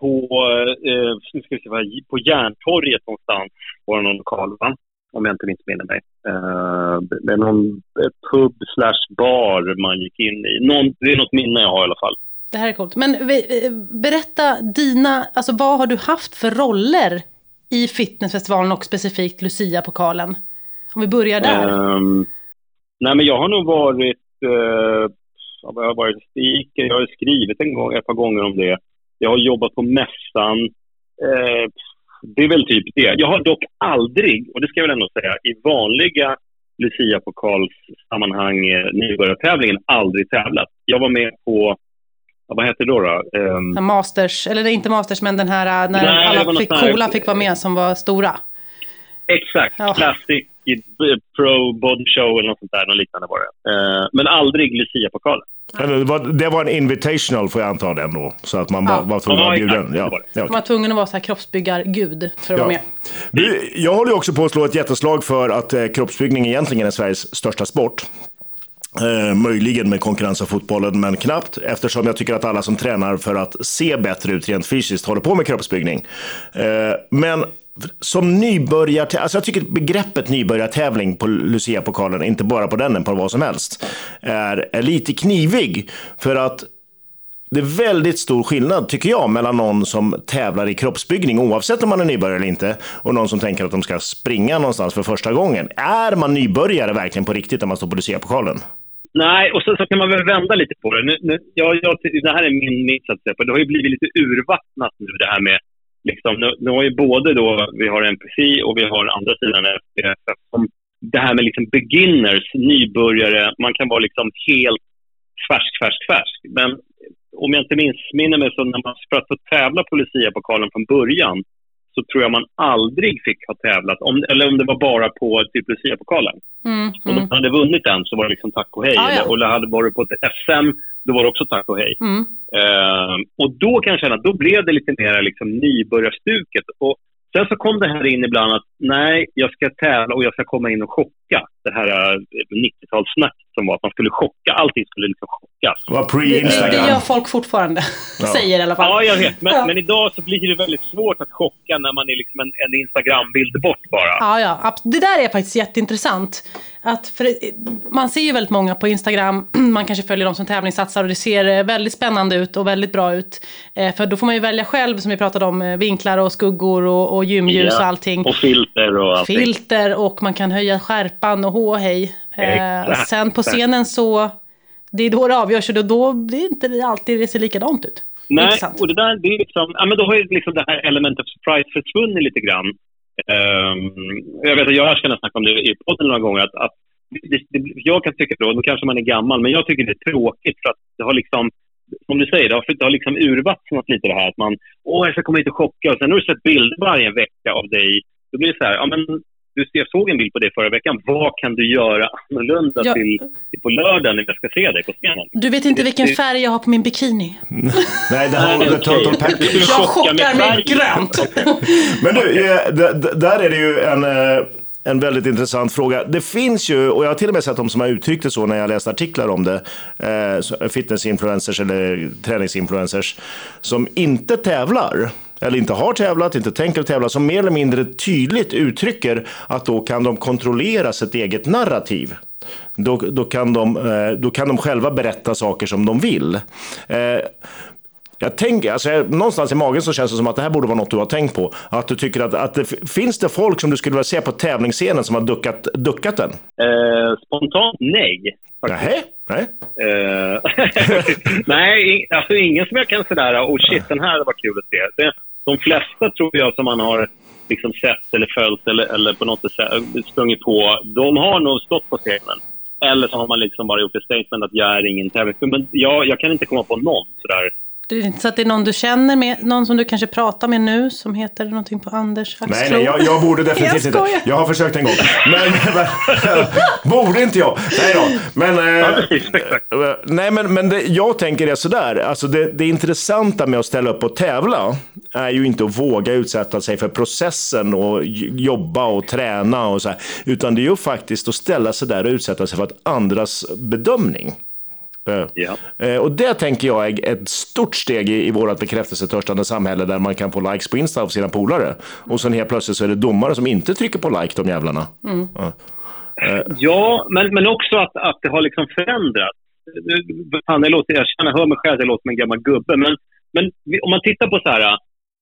på Järntorget någonstans. Var det någon lokal, va? Om jag inte missminner mig. Med någon pub/bar man gick in i. Det är något minne jag har i alla fall. Det här är coolt. Men berätta alltså vad har du haft för roller i fitnessfestivalen och specifikt Lucia-pokalen? Om vi börjar där. Nej, men jag har nog varit... jag har varit speaker, jag har skrivit ett par gånger om det. Jag har jobbat på mässan. Det är väl typ det. Jag har dock aldrig, och det ska jag väl ändå säga, i vanliga Lucia-pokalssammanhang, nybörjartävlingen, aldrig tävlat. Jag var med på, vad heter det då? Masters, eller inte Masters, men den här när alla fick vara med som var stora. Exakt, ja. Classic Pro Body Show eller något sånt där, något liknande var det. Men aldrig Lucia-pokalen. Det var en invitational, får jag anta den då. Så att man var tvungen att bjuda den. Man var tvungen att vara så här kroppsbyggargud för att vara med. Jag håller ju också på att slå ett jätteslag för att kroppsbyggning egentligen är Sveriges största sport. Möjligen med konkurrens av fotbollen, men knappt, eftersom jag tycker att alla som tränar för att se bättre ut rent fysiskt håller på med kroppsbyggning. Men som nybörjartävling, alltså jag tycker begreppet nybörjartävling på Lucia-pokalen, inte bara på den, på vad som helst, är lite knivig, för att det är väldigt stor skillnad, tycker jag, mellan någon som tävlar i kroppsbyggning, oavsett om man är nybörjare eller inte, och någon som tänker att de ska springa någonstans för första gången. Är man nybörjare verkligen på riktigt när man står på Lucia-pokalen? Nej, och så kan man väl vända lite på det. Det här är min mitt, så att säga, för det har ju blivit lite urvattnat nu, det här med liksom, nu har ju både då, vi har NPC och vi har andra sidan FBF, det här med liksom beginners, nybörjare, man kan vara liksom helt färsk. Men om jag inte missminner mig, så när man för att få tävla på Lucia-pokalen från början, så tror jag man aldrig fick ha tävlat, eller om det var bara på typ Lucia-pokalen. Och om man hade vunnit den så var det liksom tack och hej. Och det hade varit på ett SM, då var det också tack och hej. Och då kan jag känna att då blev det lite mer liksom nybörjarstuket. Och sen så kom det här in ibland att nej, jag ska tävla och jag ska komma in och chocka. Det här 90-talssnack som var att man skulle chocka, allting skulle liksom chockas. Det gör folk fortfarande, säger i alla fall. Ja, jag vet. Men idag så blir det väldigt svårt att chocka när man är liksom en Instagram-bild bort bara. Ja, det där är faktiskt jätteintressant. För man ser ju väldigt många på Instagram, man kanske följer dem som tävlingssatsar och det ser väldigt spännande ut och väldigt bra ut. För då får man ju välja själv, som vi pratade om, vinklar och skuggor och gymljus och allting. Och filter och allting. Filter, och man kan höja skärpan och hej. Sen på scenen så, det är då det avgörs, och då blir inte det alltid det ser likadant ut. Nej, och det där, det är liksom, men då har ju liksom det här element of surprise försvunnit lite grann. Jag vet att jag ska snacka om det i podden några gånger, att jag kan tycka då kanske man är gammal, men jag tycker det är tråkigt för att det har liksom, som du säger, det har liksom urvattnat lite det här att man, jag ska komma hit och chocka, och sen har du sett bilder varje vecka av dig, då blir det så här, men jag såg en bild på det förra veckan. Vad kan du göra annorlunda till på lördagen när jag ska se dig på scenen? Du vet inte vilken färg jag har på min bikini. Nej, det har the total package. Jag chockar mig grönt. Men du, där är det ju en väldigt intressant fråga. Det finns ju, och jag har till och med sett de som har uttryckt det så när jag läst artiklar om det, fitnessinfluencers eller träningsinfluencers som inte tävlar eller inte har tävlat, inte tänker tävla, som mer eller mindre tydligt uttrycker att då kan de kontrollera sitt eget narrativ. Då kan de själva berätta saker som de vill. Jag tänker, alltså någonstans i magen så känns det som att det här borde vara något du har tänkt på. Att du tycker att det finns det folk som du skulle vilja se på tävlingsscenen som har duckat den? Spontant nej. Nej. Nej, alltså ingen som jag kan sådär, shit, den här var kul att se. De flesta tror jag som man har liksom sett eller följt eller på något sätt sprungit på, de har nog stått på scenen. Eller så har man liksom bara gjort ett statement att jag är ingen tävling. Men jag kan inte komma på någon sådär. Det är inte så att det är någon du känner med, någon som du kanske pratar med nu som heter någonting på Anders Axlo? Nej, jag borde definitivt inte. Jag har försökt en gång. Men borde inte jag? Nej då. Men jag tänker det sådär. Alltså det intressanta med att ställa upp och tävla är ju inte att våga utsätta sig för processen och jobba och träna och så här, utan det är ju faktiskt att ställa sig där och utsätta sig för andras bedömning. Ja. Och det tänker jag är ett stort steg i vårt bekräftelsetörstande samhälle där man kan få likes på Insta av sina polare. Och sen helt plötsligt så är det domare som inte trycker på like, de jävlarna. Ja, men också att det har liksom förändrats. Jag hör mig själv att jag låter som en gammal gubbe. Men om man tittar på så här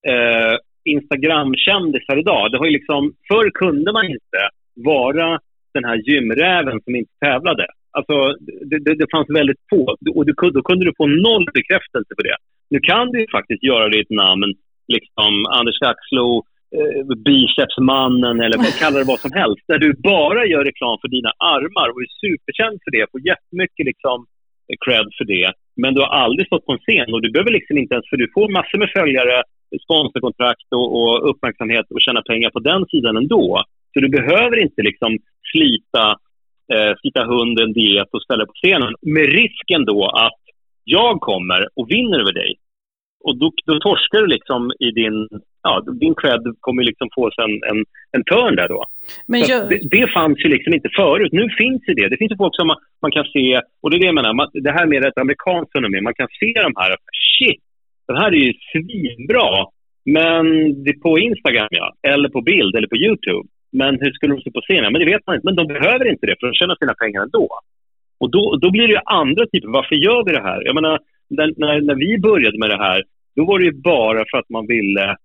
Instagram-kändisar idag. Det har ju liksom, förr kunde man inte vara den här gymräven som inte tävlade. Alltså, det fanns väldigt få. Och då kunde du få noll bekräftelse på det. Nu kan du ju faktiskt göra ditt namn, liksom Anders Axlo, bicepsmannen eller vad kallar det vad som helst. Där du bara gör reklam för dina armar och är superkänd för det. Får jättemycket liksom cred för det. Men du har aldrig stått på en scen och du behöver liksom inte ens, för du får massor med följare, sponsorkontrakt och uppmärksamhet och tjäna pengar på den sidan ändå. Så du behöver inte liksom slita hunden diet och ställa på scenen med risken då att jag kommer och vinner över dig. Och då torskar du liksom i din cred kommer liksom få en törn där då. Men det fanns ju liksom inte förut. Nu finns det. Det finns ju folk som man kan se, och det är det jag menar, det här med ett amerikanskt fenomen, man kan se de här, shit, det här är ju svinbra, men det är på Instagram eller på bild eller på YouTube. Men hur skulle de se på scenen? Men det vet man inte. Men de behöver inte det för att tjäna sina pengar ändå. Och då blir det ju andra typer. Varför gör vi det här? Jag menar, när vi började med det här, då var det ju bara för att man ville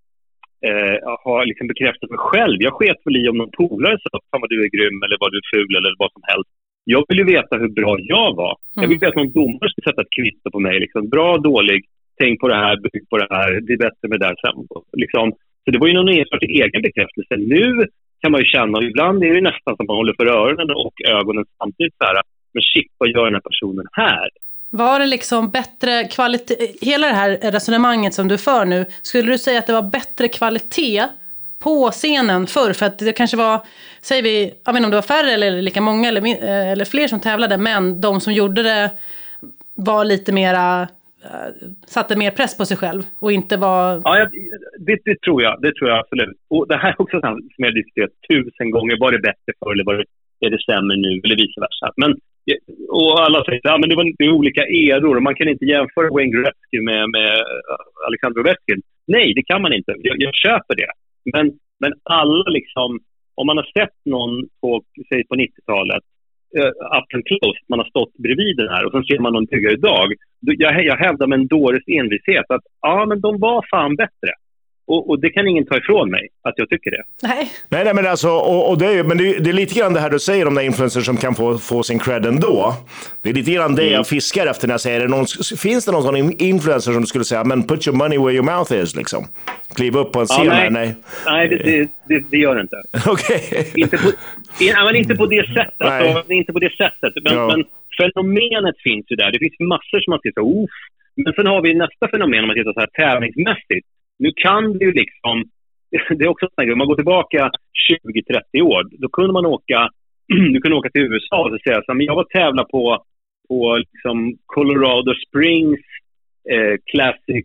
ha liksom bekräftat mig själv. Jag sket väl i om någon polare sa att vad du är grym eller vad du är ful eller vad som helst. Jag vill ju veta hur bra jag var. Jag vill veta att någon domare skulle sätta ett kvitto på mig. Liksom, bra, dålig, tänk på det här, bygg på det här, det är bättre med det här sen. Liksom. Så det var ju någon egen bekräftelse. Nu kan man ju känna, och ibland är det nästan som man håller för öronen och ögonen samtidigt så här, men shit, vad gör den här personen här? Var det liksom bättre kvalitet, hela det här resonemanget som du för nu, skulle du säga att det var bättre kvalitet på scenen förr? För att det kanske var, säger vi, jag vet inte om det var färre eller lika många eller fler som tävlade, men de som gjorde det var lite mera, satte mer press på sig själv och inte var... Ja, det tror jag absolut. Och det här är också som jag diskuterat 1000 gånger. Var det bättre förr eller är det sämre nu eller vice versa? Men, och alla säger att det är olika eror. Man kan inte jämföra Wayne Gretzky med Alexander Ovechkin. Nej, det kan man inte. Jag köper det. Men alla liksom, om man har sett någon på 90-talet up and close, man har stått bredvid den här och sen ser man någon bygga idag. Jag hävdar med en dåres envishet att men de var fan bättre. Och det kan ingen ta ifrån mig att jag tycker det. Nej men alltså, och det är lite grann det här du säger om de influencers som kan få sin cred ändå. Det är lite grann det jag fiskar efter när jag säger finns det någon sån influencer som du skulle säga, men put your money where your mouth is liksom. Kliv upp på en scen. Nej, det gör det inte. Okej. Inte på det sättet. Alltså, inte på det sättet. Men fenomenet finns ju där. Det finns massor som man ser så men sen har vi nästa fenomen om man tittar så här tävlingsmässigt. Nu kan du liksom det är också sånt. Om man går tillbaka 20-30 år, då kunde man åka till USA och säga så, men jag var tävla på liksom Colorado Springs Classic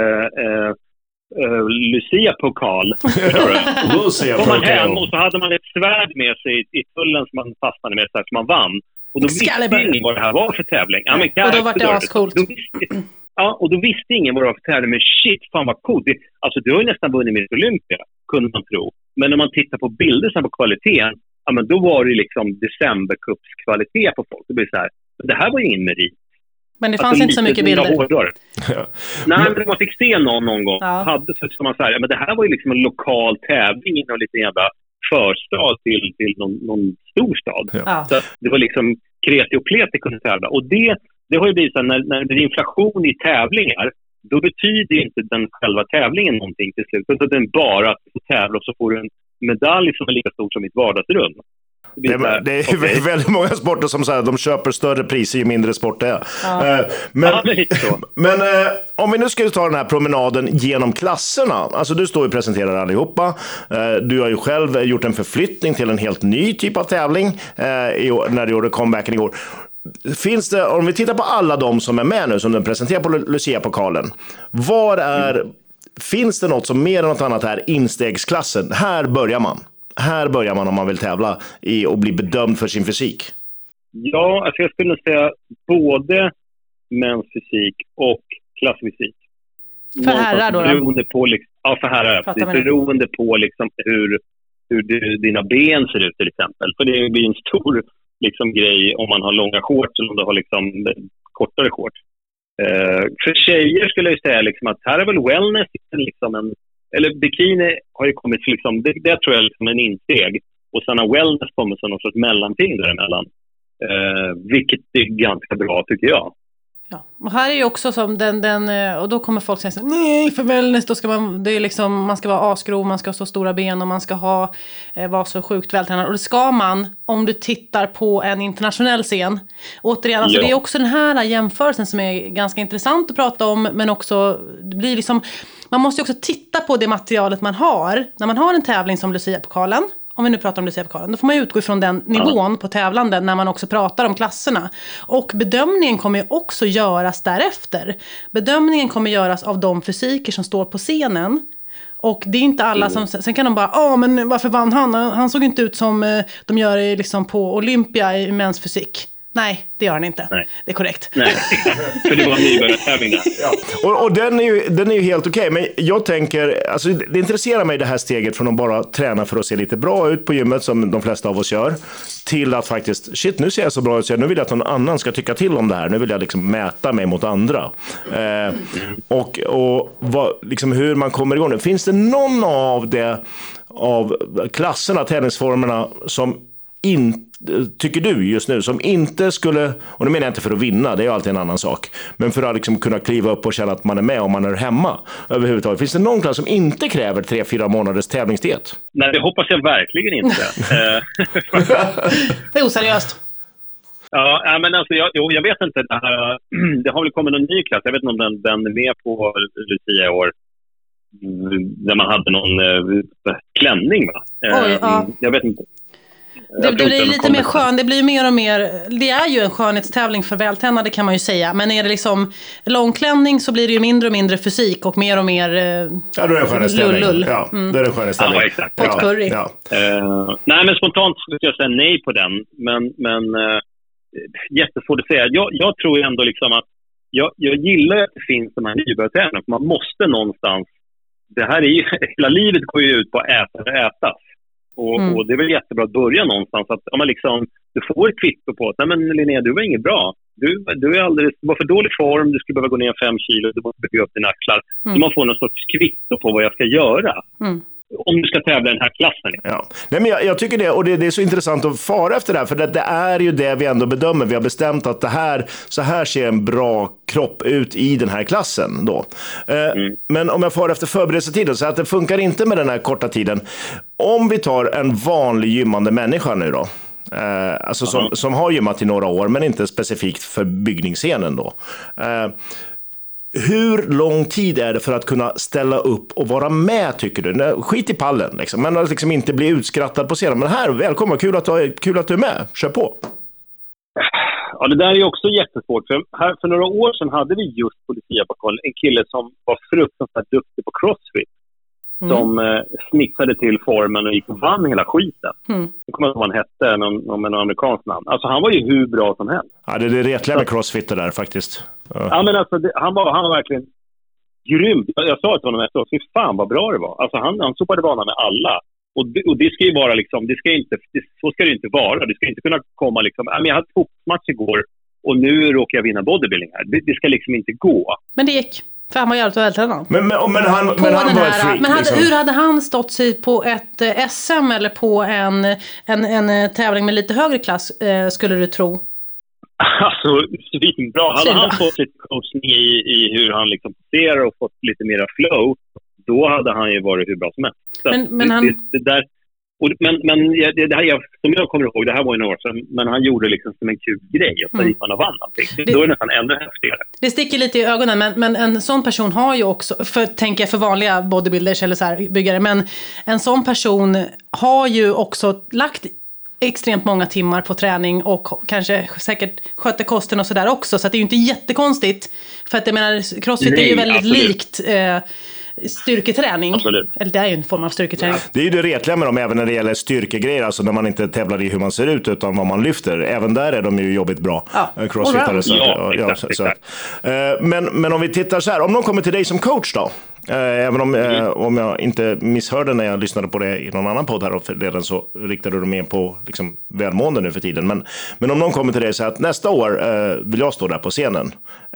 Lucia-pokal. Kom man hem och så hade man ett svärd med sig i tullen som man fastnade med så här, som man vann. Och då visste ingen vad det här var för tävling. Ja, men och då var det ascoolt. Ja, och då visste ingen vad det var för tävling. Men shit, fan vad coolt. Alltså du har ju nästan vunnit med Olympia, kunde man tro. Men när man tittar på bilder sen på kvaliteten, ja men då var det liksom decembercupskvalitet på folk. Det blir så här, det här var ju ingen merit. Men det fanns inte så mycket bilder. Nej, men man fick se någon gång. Ja. Hade så som man säger, men det här var ju liksom en lokal tävling i någon liten jävla förstad till någon stor stad. Ja. Så det var liksom kreti och pleti kunde tävla. Och det har ju blivit så här, när det blir inflation i tävlingar, då betyder inte den själva tävlingen någonting till slut. Så den bara att du tävlar och så får du en medalj som är lika stor som mitt vardagsrum. Det är väldigt många sporter som säger att de köper större priser ju mindre sport det är. Ja. Men om vi nu ska ta den här promenaden genom klasserna. Alltså du står och presenterar allihopa. Du har ju själv gjort en förflyttning till en helt ny typ av tävling när du gjorde comebacken igår. Finns det, om vi tittar på alla de som är med nu som du presenterar på Lucia-pokalen, finns det något som mer än något annat här instegsklassen? Här börjar man om man vill tävla och bli bedömd för sin fysik. Ja, alltså jag skulle säga både mäns fysik och klassfysik. För herrar då? För herrar. Det är beroende på liksom hur dina ben ser ut till exempel. För det blir en stor liksom grej om man har långa shorts eller om du har liksom kortare shorts. För tjejer skulle jag säga liksom att här är väl wellness liksom eller bikini har ju kommit liksom, det tror jag liksom en insteg. Och sen har wellness kommit som någon sorts mellanting däremellan. Vilket är ganska bra tycker jag. Ja, och här är ju också som och då kommer folk säga så, nej, för wellness då ska man ska vara asgrov, man ska ha så stora ben och man ska vara så sjukt vältränad. Och det ska man om du tittar på en internationell scen. Återigen, alltså det är också den här jämförelsen som är ganska intressant att prata om, men också det blir liksom, man måste ju också titta på det materialet man har. När man har en tävling som Lucia-pokalen, om vi nu pratar om Lucia-pokalen, då får man utgå ifrån den nivån på tävlanden när man också pratar om klasserna. Och bedömningen kommer ju också göras därefter. Bedömningen kommer göras av de fysiker som står på scenen. Och det är inte alla som, sen kan de bara, men varför vann han? Han såg inte ut som de gör liksom på Olympia i mäns fysik. Nej, det gör han inte. Nej. Det är korrekt. Nej, för det var en nybörjartävling där. Ja. Och den är ju helt okej. Men jag tänker, alltså det intresserar mig det här steget från att bara träna för att se lite bra ut på gymmet som de flesta av oss gör, till att faktiskt, shit, nu ser jag så bra ut så nu vill jag att någon annan ska tycka till om det här. Nu vill jag liksom mäta mig mot andra. Och liksom hur man kommer igång. Finns det någon av klasserna, tävlingsformerna som tycker du just nu som inte skulle, och det menar jag inte för att vinna, det är ju alltid en annan sak, men för att liksom kunna kliva upp och känna att man är med om man är hemma överhuvudtaget. Finns det någon klass som inte kräver 3-4 månaders tävlingsdiet? Nej, det hoppas jag verkligen inte. Det är oseriöst. Ja, men alltså jag vet inte. Det har väl kommit någon ny klass. Jag vet inte om den är med på Lucia i år. Där man hade någon klänning, va? Oj, ja. Jag vet inte. Det blir lite mer skön, det blir mer och mer, det är ju en skönhetstävling för vältränade kan man ju säga, men är det liksom långklänning så blir det ju mindre och mindre fysik och mer ja, då är det skönhetstävling. Ja, då är det skönhetstävling. Ja, exakt. Potpourri. Ja. Nej, men spontant skulle jag säga nej på den, men jättesvårt att säga. Jag tror ju ändå liksom att jag gillar att det finns de här nybörjartävlingarna, för man måste någonstans, det här är ju, hela livet går ju ut på att äta och ätas. Och det är väl jättebra att börja någonstans. Att om man liksom, du får ett kvitto på att nej men Linnea, du var inget bra. Du var för dålig form, du skulle behöva gå ner 5 kilo, du måste bygga upp dina axlar. Så man får någon sorts kvitto på vad jag ska göra. Om du ska tävla i den här klassen. Ja. Nej, men jag tycker det, och det är så intressant att fara efter det här, för det är ju det vi ändå bedömer. Vi har bestämt att så här ser en bra kropp ut i den här klassen då. Men om jag far efter förberedelsetiden, så att det funkar inte med den här korta tiden. Om vi tar en vanlig gymmande människa nu då, alltså som har gymmat i några år men inte specifikt för byggningsscenen då. Hur lång tid är det för att kunna ställa upp och vara med, tycker du? Skit i pallen, liksom. Men liksom inte bli utskrattad på scenen. Men här, välkommen, kul att du är med. Kör på. Ja, det där är ju också jättesvårt. För några år sedan hade vi just på Lucia-pokalen en kille som var fruktansvärt duktig på crossfit. Som snitsade till formen och gick och vann hela skiten. Jag kommer inte ihåg vad han hette, någon amerikansk namn. Alltså han var ju hur bra som helst. Ja, det är retliga med crossfit där faktiskt. Ja, men alltså han var verkligen grym. Jag sa till honom efteråt, fy fan vad bra det var. Alltså han sopade banan med alla. Och det ska ju vara liksom, så ska det inte vara. Det ska inte kunna komma liksom, jag hade toppmatch igår och nu råkar jag vinna bodybuilding här. Det ska liksom inte gå. Men det gick. För han var jävligt vältränad. Men han var ett freak. Men liksom. Hur hade han stått sig på ett SM eller på en tävling med lite högre klass, skulle du tro? Alltså, bra. Hade han fått lite coachning i hur han liksom ser och fått lite mera flow, då hade han ju varit hur bra som helst. Det här, som jag kommer ihåg, det här var ju några år sedan, men han gjorde liksom som en kul grej och så gick man och vann allting. Då är det nästan ännu häftigare. Det sticker lite i ögonen, men en sån person har ju också, tänker jag för vanliga bodybuilders eller så här byggare, men en sån person har ju också lagt extremt många timmar på träning och kanske säkert sköter kosten och sådär också, så att det är ju inte jättekonstigt, för att jag menar, crossfit är ju väldigt likt styrketräning. Absolut. Eller det är ju en form av styrketräning. Det är ju det retliga med dem även när det gäller styrkegrejer, alltså när man inte tävlar i hur man ser ut utan vad man lyfter. Även där är de ju jobbigt bra. Crossfitare. Exakt. Men om vi tittar så här, om någon kommer till dig som coach då, även om jag inte misshörde när jag lyssnade på det i någon annan podd här, och redan så riktade du mer på liksom välmående nu för tiden. Men om någon kommer till dig och säger att nästa år vill jag stå där på scenen.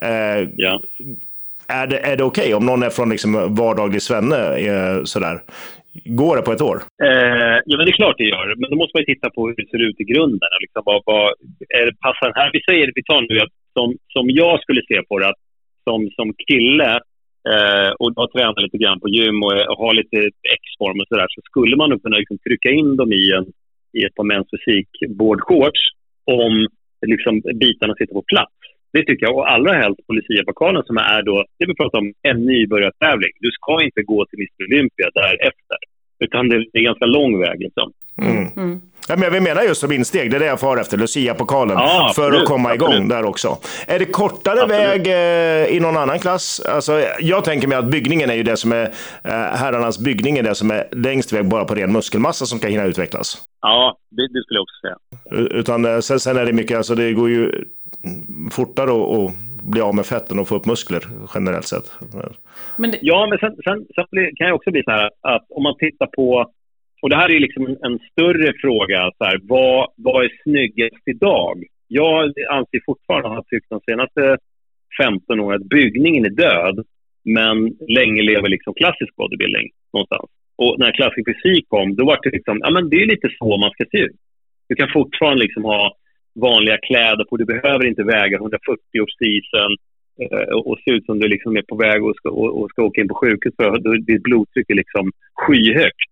Är det okej om någon är från liksom vardaglig svenne sådär? Går det på ett år? Ja, men det är klart det gör. Men då måste man ju titta på hur det ser ut i grunden. Liksom, vad är det passar här? Vi tar nu att som jag skulle se på det, att som kille och har tränat lite grann på gym och har lite X-form och sådär, så skulle man nog kunna liksom trycka in dem i ett par Men's Physique boardshorts om liksom bitarna sitter på plats. Det tycker jag, och allra helst på Lucia-pokalen som är då, det vi pratar om, en nybörjartävling. Du ska inte gå till Mr. Olympia därefter, utan det är ganska lång väg liksom. Ja, men vi menar just som insteg, det är det jag far efter, Lucia-pokalen, för att komma igång där också. Är det kortare väg i någon annan klass? Alltså, jag tänker mig att byggningen är ju det som är, herrarnas byggning är det som är längst väg bara på ren muskelmassa som kan hinna utvecklas. Ja, det skulle jag också säga. Utan sen är det mycket, alltså det går ju fortare att bli av med fetten och få upp muskler generellt sett. Ja, men sen kan jag också bli så här att om man tittar på, och det här är liksom en större fråga, så här, vad är snyggast idag? Jag anser fortfarande, har tyckt de senaste 15 åren att byggningen är död, men länge lever liksom klassisk bodybuilding någonstans. Och när klassisk fysik kom, då var det liksom, ja men det är lite så man ska se ut. Du kan fortfarande liksom ha vanliga kläder på, du behöver inte väga 140 års och se ut som du liksom är på väg och ska åka in på sjukhus för ditt blodtryck är liksom skyhögt.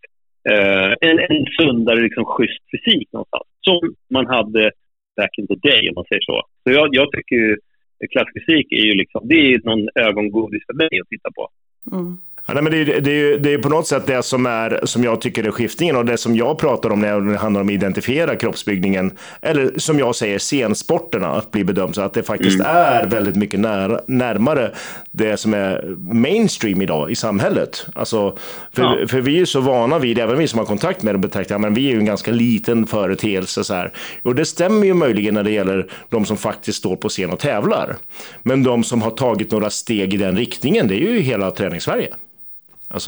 En sundare liksom schysst fysik någonstans, som man hade back in the day, om man säger så. Så jag tycker ju klassisk fysik är ju liksom, det är någon ögongodis för mig att titta på. Ja, nej, men det är på något sätt det som jag tycker är skiftningen, och det som jag pratar om när det handlar om att identifiera kroppsbyggningen, eller som jag säger scensporterna, att bli bedömd så att det faktiskt är väldigt mycket närmare det som är mainstream idag i samhället. Alltså, för vi är så vana vid, även vi som har kontakt med det betraktar, men vi är ju en ganska liten företeelse så här. Och det stämmer ju möjligen när det gäller de som faktiskt står på scen och tävlar. Men de som har tagit några steg i den riktningen, det är ju hela Träningssverige. Alltså,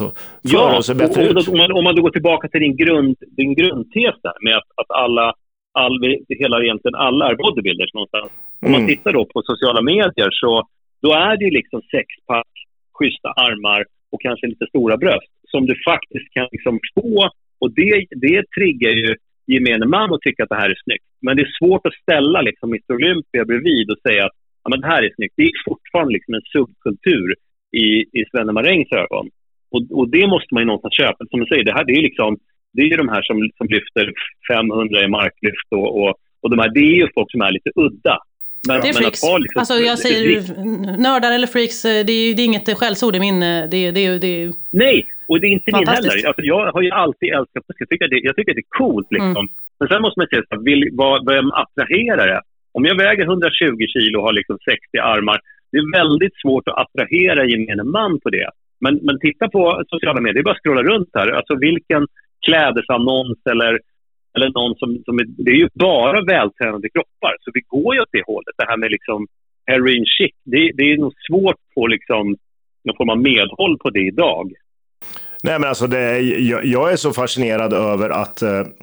om man då går tillbaka till din grundtes där med att egentligen alla är bodybuilders någonstans. Om man tittar då på sociala medier, så då är det ju liksom sexpack, schyssta armar och kanske lite stora bröst som du faktiskt kan liksom få, och det triggar ju gemene man att tycka att det här är snyggt. Men det är svårt att ställa liksom Mr. Olympia bredvid och säga att ja, men det här är snyggt. Det är fortfarande liksom en subkultur i Svenne Marängs ögon. Och det måste man ju någonstans köpa. Som du säger, det är ju de här som lyfter 500 i marklyft och de här, det är ju folk som är lite udda. Men det är freaks. Liksom, alltså jag säger nördar eller freaks, det är inget skällsord i min... Det Nej, och det är inte min heller. Alltså, jag har ju alltid älskat det. Jag tycker det är coolt liksom. Men sen måste man säga så vem attraherar det? Om jag väger 120 kilo och har liksom 60 armar, det är väldigt svårt att attrahera gemene man på det. Men titta på sociala medier, det är bara att scrolla runt här. Alltså vilken klädesannons eller någon som det är ju bara vältränade kroppar. Så vi går ju åt det hållet. Det här med liksom heroin chic, det är nog svårt på liksom någon form av medhåll på det idag. Nej, men alltså jag är så fascinerad över att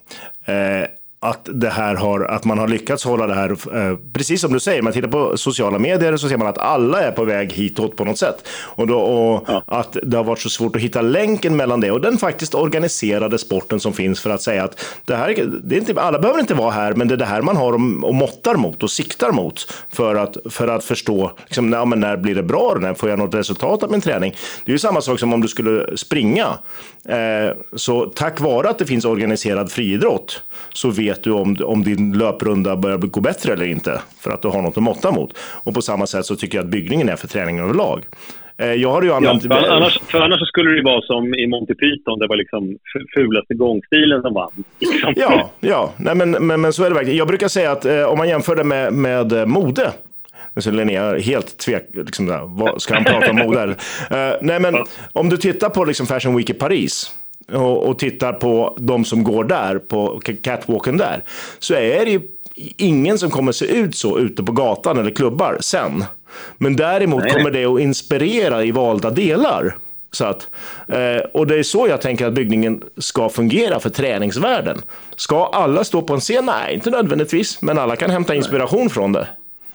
det här att man har lyckats hålla det här, precis som du säger, man tittar på sociala medier så ser man att alla är på väg hitåt på något sätt. Att det har varit så svårt att hitta länken mellan det och den faktiskt organiserade sporten som finns för att säga att det är inte, alla behöver inte vara här, men det är det här man har och måttar mot och siktar mot för att förstå liksom, men när blir det bra, när får jag något resultat av min träning. Det är ju samma sak som om du skulle springa. Så tack vare att det finns organiserad friidrott så vet du om din löprunda börjar gå bättre eller inte, för att du har något att måtta mot. Och på samma sätt så tycker jag att byggningen är för träningen överlag. Jag har ju använt... för annars skulle det ju vara som i Monty Python, det var liksom fulaste gångstilen som vann. Ja. Nej, men så är det verkligen. Jag brukar säga att om man jämför det med mode, så Linnea helt liksom vad ska han prata om mode? Nej, men om du tittar på liksom Fashion Week i Paris och tittar på de som går där på catwalken där, så är det ju ingen som kommer se ut så ute på gatan eller klubbar sen. Men däremot kommer det att inspirera i valda delar. Så att, och det är så jag tänker att byggningen ska fungera för träningsvärlden. Ska alla stå på en scen? Nej, inte nödvändigtvis, men alla kan hämta inspiration från det.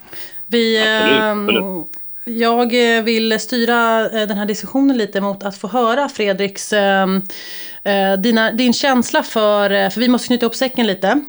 Jag vill styra den här diskussionen lite mot att få höra Fredriks din känsla för vi måste knyta upp säcken lite.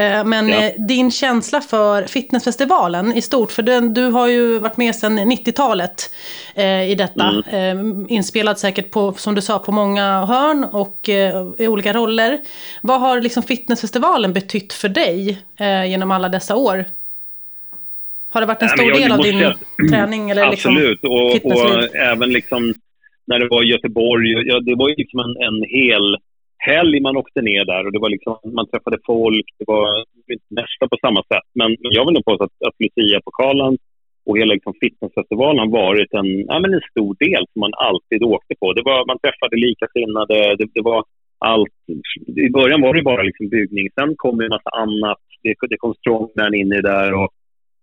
Din känsla för fitnessfestivalen i stort, för du har ju varit med sedan 90-talet i detta, inspelad säkert på, som du sa, på många hörn och i olika roller. Vad har liksom fitnessfestivalen betytt för dig genom alla dessa år? Har det varit en stor del av din träning? Eller absolut, liksom och även liksom när det var i Göteborg, det var ju liksom en hel helg man åkte ner där och det var liksom, man träffade folk, det var nästan på samma sätt. Men jag vill nog påstå att Lucia-pokalen och hela liksom fitnessfestivalen har varit en stor del som man alltid åkte på. Det var, man träffade likasinnade, det var allt. I början var det bara liksom byggning, sen kom det en massa annat, det kom strongman in i där och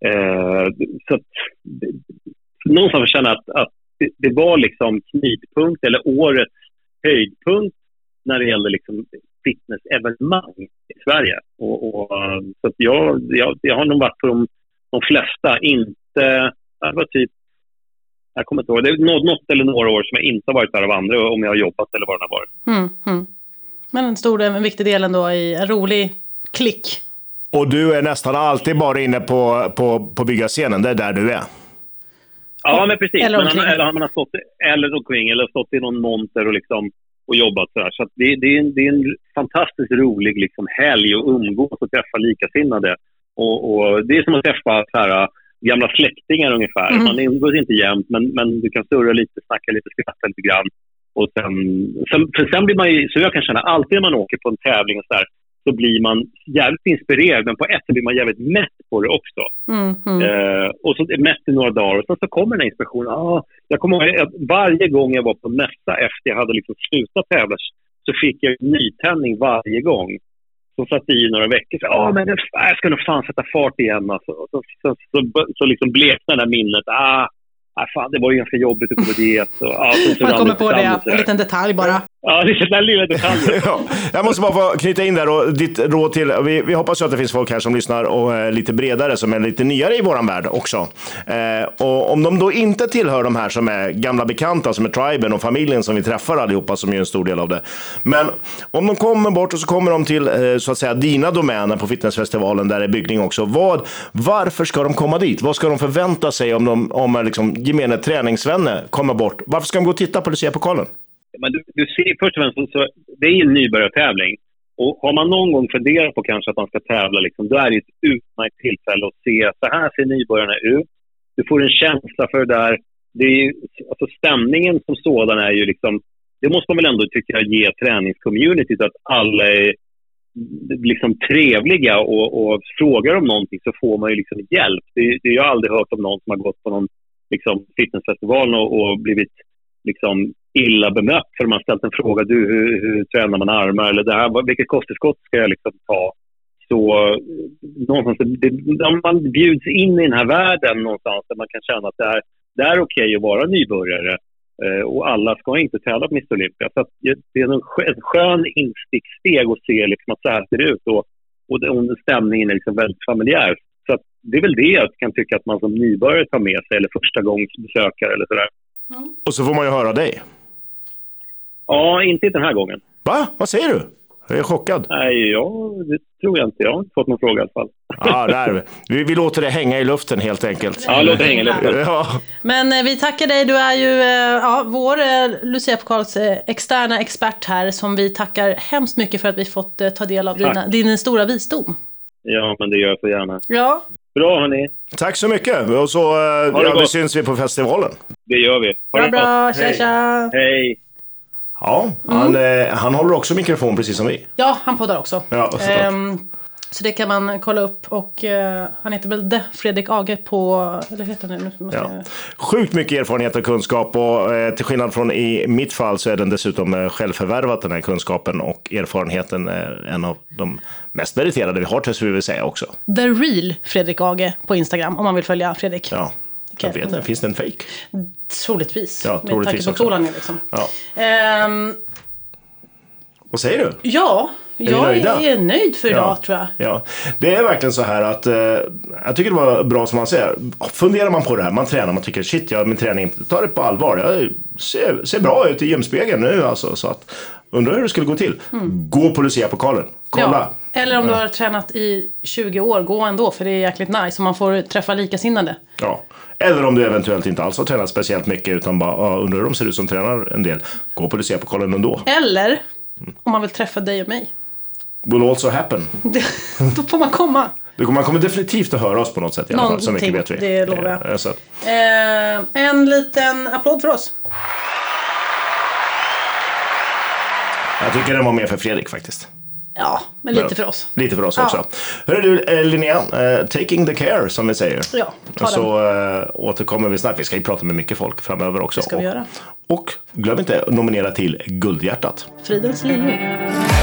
så att någonstans känna att det var liksom knitpunkt eller årets höjdpunkt när det gäller liksom fitnessevenemang i Sverige. Och så att jag har nog varit på de flesta, inte, det var typ, jag kommer inte ihåg, det är något eller några år som jag inte har varit där av andra, om jag har jobbat eller vad det har varit. Men en viktig del ändå i en rolig klick. Och du är nästan alltid bara inne på byggarscenen, det är där du är. Ja, men precis. Eller man har stått omkring eller stått i någon monter och liksom och jobbat så här. Så att det är en fantastiskt rolig liksom helg och umgås och träffa likasinnade. Och det är som att träffa så här gamla släktingar ungefär. Man umgås inte jämt, men du kan surra lite, snacka lite, skratta lite grann. Och sen blir man ju, så jag kan känna, alltid när man åker på en tävling och så här, så blir man jävligt inspirerad, men på ett så blir man jävligt mätt på det också. Och så mätt i några dagar och så kommer den här inspirationen. Jag kommer ihåg, varje gång jag var på mässa efter jag hade liksom slutat tävla så fick jag nytändning varje gång. Så satt i några veckor så men jag ska nog fan sätta fart igen. Alltså. Så liksom bleknar det här minnet. Fan, det var ju ganska jobbigt att komma dit. Man kommer på det, en liten detalj bara. Ja, det är den lilla detaljen. Jag måste bara få knyta in där och ditt råd till, vi hoppas ju att det finns folk här som lyssnar och lite bredare, som är lite nyare i våran värld också. Och om de då inte tillhör de här som är gamla bekanta, som är triben och familjen som vi träffar allihopa, som är en stor del av det. Men om de kommer bort och så kommer de till så att säga dina domäner på fitnessfestivalen där är byggning också. Varför ska de komma dit? Vad ska de förvänta sig om liksom gemene träningsvänner kommer bort? Varför ska de gå och titta på Lucia-pokalen? Men du ser först och främst så det är en nybörjartävling. Och har man någon gång funderat på kanske att man ska tävla, liksom, då är det ett utmärkt tillfälle att se så här ser nybörjarna ut. Du får en känsla för det där. Det är, alltså stämningen som sådan är ju liksom, det måste man väl ändå tycka ge träningscommunityt, att alla är liksom trevliga och frågar om någonting så får man ju liksom hjälp. Det jag har aldrig hört om någon som har gått på någon liksom fitnessfestival och blivit liksom illa bemött för man ställt en fråga, du hur tränar man armar eller det här, vilket kosttillskott ska jag liksom ta? Så någonstans man bjuds in i den här världen någonstans där man kan känna att det är okej att vara nybörjare och alla ska inte tävla på Mr. Olympia. Så att det är en skön insticksteg att se liksom att så här ser det ut och stämningen är liksom väldigt familjär. Så att det är väl det jag kan tycka att man som nybörjare tar med sig eller första gångs besökare eller sådär. Mm. Och så får man ju höra dig. Ja, inte den här gången. Va? Vad säger du? Jag är chockad. Nej, det tror jag inte. Jag har inte fått någon fråga i alla fall. Ja, där. Vi låter det hänga i luften helt enkelt. Ja, låter det hänga i luften. Ja. Men vi tackar dig. Du är ju vår Lucia-pokals externa expert här som vi tackar hemskt mycket för att vi fått ta del av din stora visdom. Ja, men det gör jag så gärna. Ja. Bra, hörni. Tack så mycket. Och så vi syns vi på festivalen. Det gör vi. Bra. Tja. Hej. Ja, han håller också mikrofon precis som vi. Ja, han poddar också. Ja, så det kan man kolla upp. Och han heter väl Fredrik Age på... Eller heter han nu? Sjukt mycket erfarenhet och kunskap. Och till skillnad från i mitt fall så är den dessutom självförvärvat, den här kunskapen. Och erfarenheten är en av de mest meriterade vi har, tills vi vill säga också. The Real Fredrik Age på Instagram, om man vill följa Fredrik. Ja. Jag vet inte, finns det en fake? Troligtvis. Ja, med tanke på kolan liksom. Ja. Vad säger du? Ja, jag är nöjd för idag, tror jag. Ja. Det är verkligen så här att jag tycker det var bra som man säger. Funderar man på det här, man tränar, man tycker shit, min träning tar det på allvar. Jag ser bra ut i gymspegeln nu alltså, så att undrar hur det skulle gå till. Gå på Lucia-pokalen. Kolla. Ja. Eller om du har tränat i 20 år, gå ändå, för det är jäkligt nice och man får träffa likasinnade. Ja. Eller om du eventuellt inte alls har tränat speciellt mycket utan bara undrar hur de ser ut som tränar en del. Gå på Lucia-pokalen ändå. Eller om man vill träffa dig och mig. Will also happen. Då får man komma. Man kommer definitivt att höra oss på något sätt i alla fall. Så mycket vet vi. Det lovar jag. En liten applåd för oss. Jag tycker den var mer för Fredrik faktiskt. Ja, men lite för oss. Lite för oss också. Hörru du, Linnea, taking the care som vi säger. Ja, så återkommer vi snart. Vi ska ju prata med mycket folk framöver också. Det ska vi göra. Och glöm inte att nominera till Guldhjärtat. Fridens liljor.